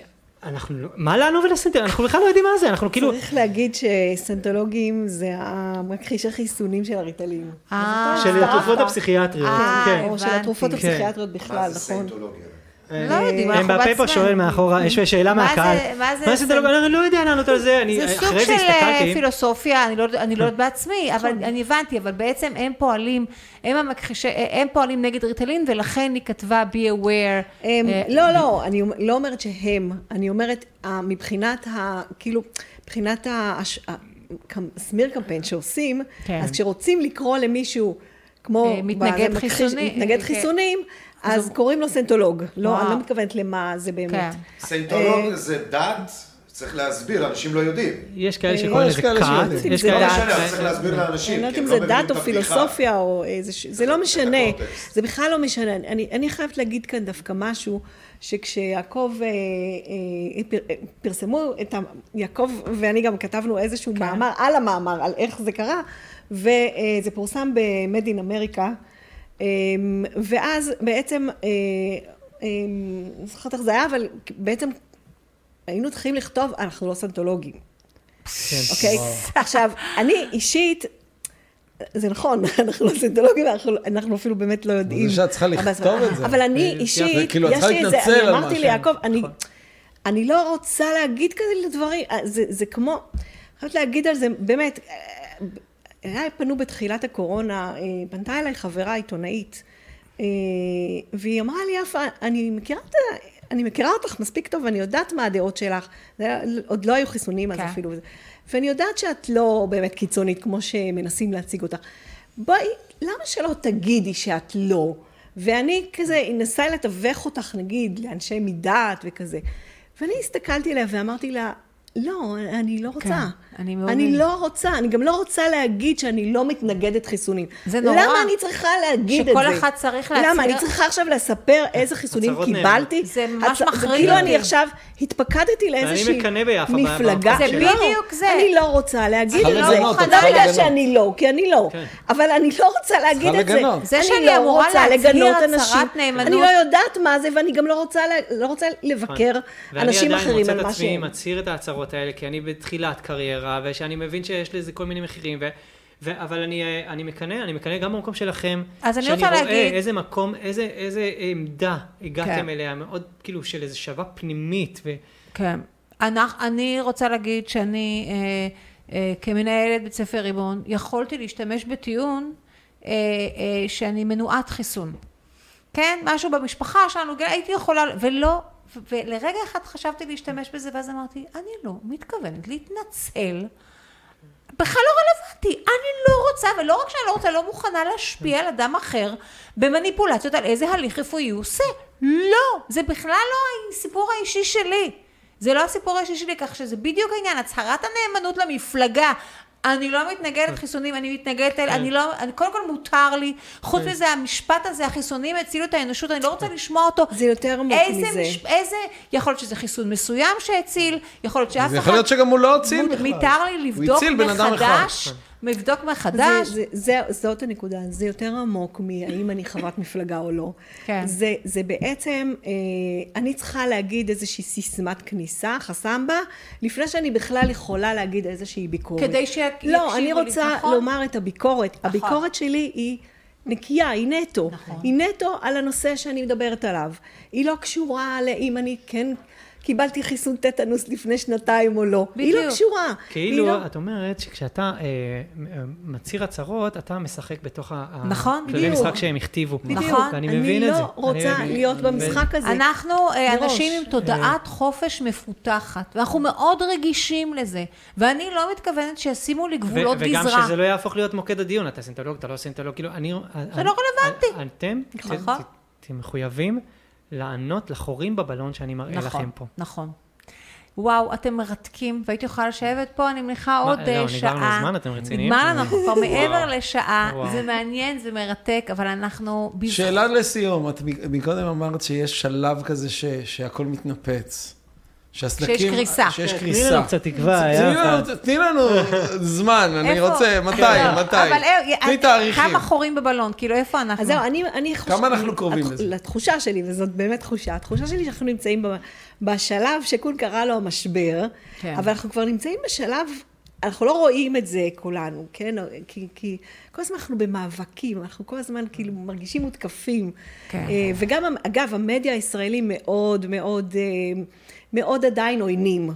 מה לנו ולסנטולוגים? אנחנו בכלל לא יודעים מה זה, אנחנו כאילו... צריך להגיד שסנטולוגים זה המכחיש החיסונים של הריטלין. של התרופות הפסיכיאטריות. או של התרופות הפסיכיאטריות בכלל, נכון? מה זה סנטולוגיה? לא יודעים, אנחנו בעצמנו. בפייפר שואל מאחורה, יש שאלה מהקהל. מה זה סנטולוגיה? אני לא יודע לענות על זה, זה סוג של פילוסופיה, אני לא יודעת בעצמי, אבל אני הבנתי, אבל בעצם הם פועלים נגד ריטלין, ולכן היא כתבה be aware. לא, אני לא אומרת שהם, אני אומרת, מבחינת כאילו, מבחינת הסמיר קמפיין שעושים, אז כשרוצים לקרוא למישהו, כמו מתנגד חיסונים, אז קוראים לו סנטולוג. לא, אני לא מתכוונת למה זה באמת. סנטולוג זה דת, צריך להסביר, אנשים לא יודעים. יש כאלה שקוראים לזה קאט. יש כאלה שצריך להסביר לאנשים. אני לא יודעת אם זה דת או פילוסופיה, זה לא משנה. זה בכלל לא משנה. אני חייבת להגיד כאן דווקא משהו, שכשיעקב פרסמו את יעקב, ואני גם כתבנו איזשהו מאמר על המאמר, על איך זה קרה, וזה פורסם ב-Made in America, ואז בעצם, זוכרת איך זה היה, אבל בעצם היינו צריכים לכתוב, אנחנו לא סנטולוגים. אוקיי? עכשיו, אני אישית, זה נכון, אנחנו לא סנטולוגים, אנחנו אפילו באמת לא יודעים. זה שאת צריכה לכתוב את זה. אבל אני אישית, יש לי איזה, אני אמרתי ליעקב, אני לא רוצה להגיד כזה לדברים, זה כמו, אני חייבת להגיד על זה, באמת, פנו בתחילת הקורונה, פנתה אליי חברה עיתונאית, והיא אמרה לי, יפה, אני מכירה אותך מספיק טוב, ואני יודעת מה הדעות שלך, עוד לא היו חיסונים אז אפילו, ואני יודעת שאת לא באמת קיצונית, כמו שמנסים להציג אותך. בואי, למה שלא תגידי שאת לא? ואני כזה אנסה לתווך אותך, נגיד, לאנשי מדעת וכזה. ואני הסתכלתי עליה ואמרתי לה, לא, אני לא רוצה. אני לא רוצה, אני גם לא רוצה להגיד שאני לא מתנגדת חיסונים. זה נורא. למה אני צריכה להגיד את זה? שכל אחד צריך להצהיר. למה? אני צריכה עכשיו לספר איזה חיסונים קיבלתי? זה ממש מחריד. כאילו אני עכשיו התפקדתי לאיזושהי מפלגה. זה בדיוק זה. אני לא רוצה להגיד את זה. לא בגלל שאני לא, כי אני לא. אבל אני לא רוצה להגיד את זה. זה שאני אמורה להצהיר הצהרת נאמנות. אני לא יודעת מה זה, ואני גם לא רוצה לבקר אנשים אחרים על מה שהם. מצהיר את ההצהרות האלה, כי אני בתחילת קריירה, ושאני מבין שיש לזה כל מיני מחירים, אבל אני מקנא גם במקום שלכם, אז אני שאני רוצה רואה להגיד... איזה מקום, איזה עמדה הגעתם אליה, מאוד כאילו של איזו שווה פנימית. כן. אני רוצה להגיד שאני, כמנהלת בית ספר ריבון, יכולתי להשתמש בטיעון שאני מנועת חיסון. כן? משהו במשפחה שלנו, הייתי יכולה, ולרגע אחד חשבתי להשתמש בזה, ואז אמרתי, אני לא מתכוונת להתנצל, בכלל לא רלוונטי, אני לא רוצה, ולא רק שאני לא רוצה, לא מוכנה להשפיע על אדם אחר במניפולציות על איזה הליך רפואי הוא עושה. לא, זה בכלל לא הסיפור האישי שלי. זה לא הסיפור האישי שלי, כך שזה בדיוק העניין, הצהרת הנאמנות למפלגה. אני לא מתנגדת חיסונים, אני מתנגדת, קודם כל מותר לי, חוץ מזה המשפט הזה, החיסונים הצילו את האנושות, אני לא רוצה לשמוע אותו. זה יותר עמוק מזה. יכול להיות שזה חיסון מסוים שהציל, יכול להיות שאף אחד... זה יכול להיות שגם הוא לא הציל בכלל. מותר לי לבדוק מחדש, מבדוק מחדש. זאת הנקודה, זה יותר עמוק מהאם אני חברת מפלגה או לא. זה בעצם, אני צריכה להגיד איזושהי סיסמת כניסה, חסם בה, לפני שאני בכלל יכולה להגיד איזושהי ביקורת. כדי שיקשיבו לי, לא, אני רוצה לומר את הביקורת. הביקורת שלי היא נקייה, היא נטו. היא נטו על הנושא שאני מדברת עליו. היא לא קשורה לאם אני כן... קיבלתי חיסון טטנוס לפני שנתיים או לא. היא לא קשורה. כאילו, את אומרת שכשאתה מצהיר הצהרות, אתה משחק בתוך הכללי משחק שהם הכתיבו. נכון. ואני מבין את זה. אני לא רוצה להיות במשחק הזה. אנחנו אנשים עם תודעת חופש מפותחת, ואנחנו מאוד רגישים לזה. ואני לא מתכוונת שישימו לי גבולות גזרה. וגם שזה לא יהפוך להיות מוקד הדיון. אתה סינטולוג, אתה לא סינטולוג. זה לא רלוונטי. אתם מחויבים לענות לחורים בבלון שאני מראה לכם פה. נכון. וואו, אתם מרתקים, והייתי יכולה לשבת פה, אני מניחה עוד שעה. נגמרנו הזמן, אתם רציניים? נגמר לנו, אנחנו כבר מעבר לשעה, זה מעניין, זה מרתק, אבל אנחנו... שאלה לסיום, את מקודם אמרת שיש שלב כזה שהכל מתנפץ. שיש קריסה. תני לנו קצת תקווה, תני לנו זמן, אני רוצה, מתי? תני תאריכים. כמה חורים בבלון, כאילו איפה אנחנו? אז זהו, אני חושבת... כמה אנחנו קרובים לזה? לתחושה שלי, וזאת באמת תחושה, התחושה שלי שאנחנו נמצאים בשלב שכון קרא לו המשבר, אבל אנחנו כבר נמצאים בשלב, אנחנו לא רואים את זה כולנו, כן? כי כל הזמן אנחנו במאבקים, אנחנו כל הזמן כאילו מרגישים מותקפים. וגם, אגב, המדיה הישראלי מאוד מאוד... מאוד עדיין עוינים.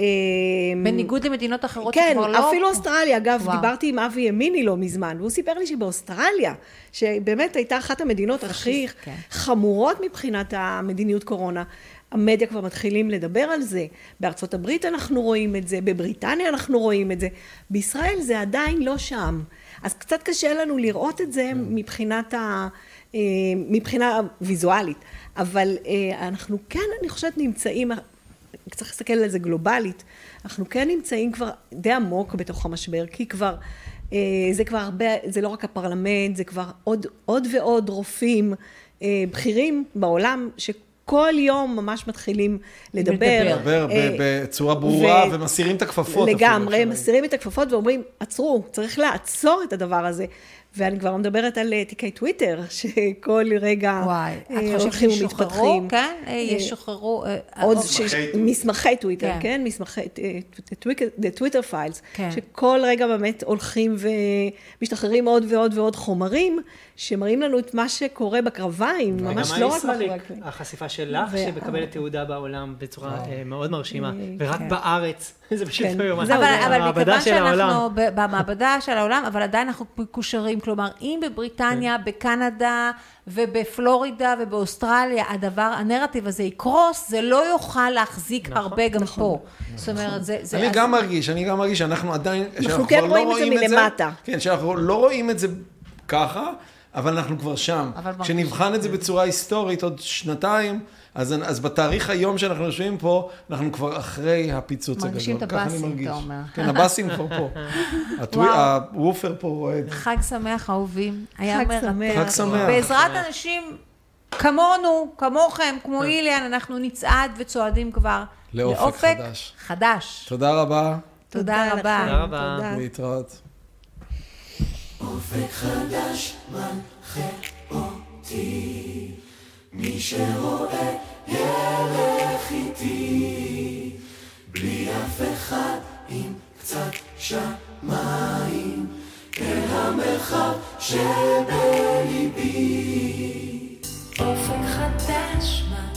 בניגוד למדינות אחרות כן, שכבר לא... אפילו אוסטרליה. אגב, דיברתי עם אבי ימיני לא מזמן, והוא סיפר לי שבאוסטרליה, שבאמת הייתה אחת המדינות הכי חמורות מבחינת המדיניות קורונה, המדיה כבר מתחילים לדבר על זה. בארצות הברית אנחנו רואים את זה, בבריטניה אנחנו רואים את זה. בישראל זה עדיין לא שם. אז קצת קשה לנו לראות את זה מבחינה ויזואלית. אבל אנחנו כן, אני חושבת, נמצאים, צריך להסתכל על זה גלובלית, אנחנו כן נמצאים כבר די עמוק בתוך המשבר, כי כבר, זה כבר הרבה, זה לא רק הפרלמנט, זה כבר עוד ועוד רופאים בכירים בעולם, כל יום ממש מתחילים לדבר. בצורה ברורה ומסירים את הכפפות. לגמרי, מסירים את הכפפות ואומרים, עצרו, צריך לעצור את הדבר הזה. ואני כבר מדברת על תיקי טוויטר, שכל רגע הולכים ומתפתחים. כן, ישוחררו... עוד מסמכי טוויטר, כן? מסמכי טוויטר פיילס, שכל רגע באמת הולכים ומשתחררים עוד ועוד ועוד חומרים, שמראים לנו את מה שקורה בקרביים, ממש לא רק מאחורי הקלעים. החשיפה שלך, שמקבלת תעודה בעולם בצורה מאוד מרשימה, ורק בארץ, זה פשוט לא יומן. אבל מכיוון שאנחנו במעבדה של העולם, אבל עדיין אנחנו מקושרים, כלומר, אם בבריטניה, בקנדה ובפלורידה ובאוסטרליה, הנרטיב הזה יקרוס, זה לא יוכל להחזיק הרבה גם פה. זאת אומרת, זה... אני גם מרגיש שאנחנו עדיין... אנחנו כן רואים את זה מלמטה. כן, שאנחנו לא רואים את זה ככה, אבל אנחנו כבר שם. כשנבחן את זה בצורה היסטורית עוד שנתיים, אז בתאריך היום שאנחנו יושבים פה, אנחנו כבר אחרי הפיצוץ הגדול. מרגישים את הבאסים, אתה אומר. כן, הבאסים כבר פה. הוופר פה רועד. חג שמח, אהובים. היה מרתק. חג שמח. בעזרת אנשים כמונו, כמוכם, כמו איליאן, אנחנו נצעד וצועדים כבר לאופק חדש. תודה רבה. תודה רבה. תודה רבה. להתראות. אופק חדש מנחה אותי, מי שרואה ילך איתי, בלי אף אחד עם קצת שמיים, אל המרחב שבליבי. אופק חדש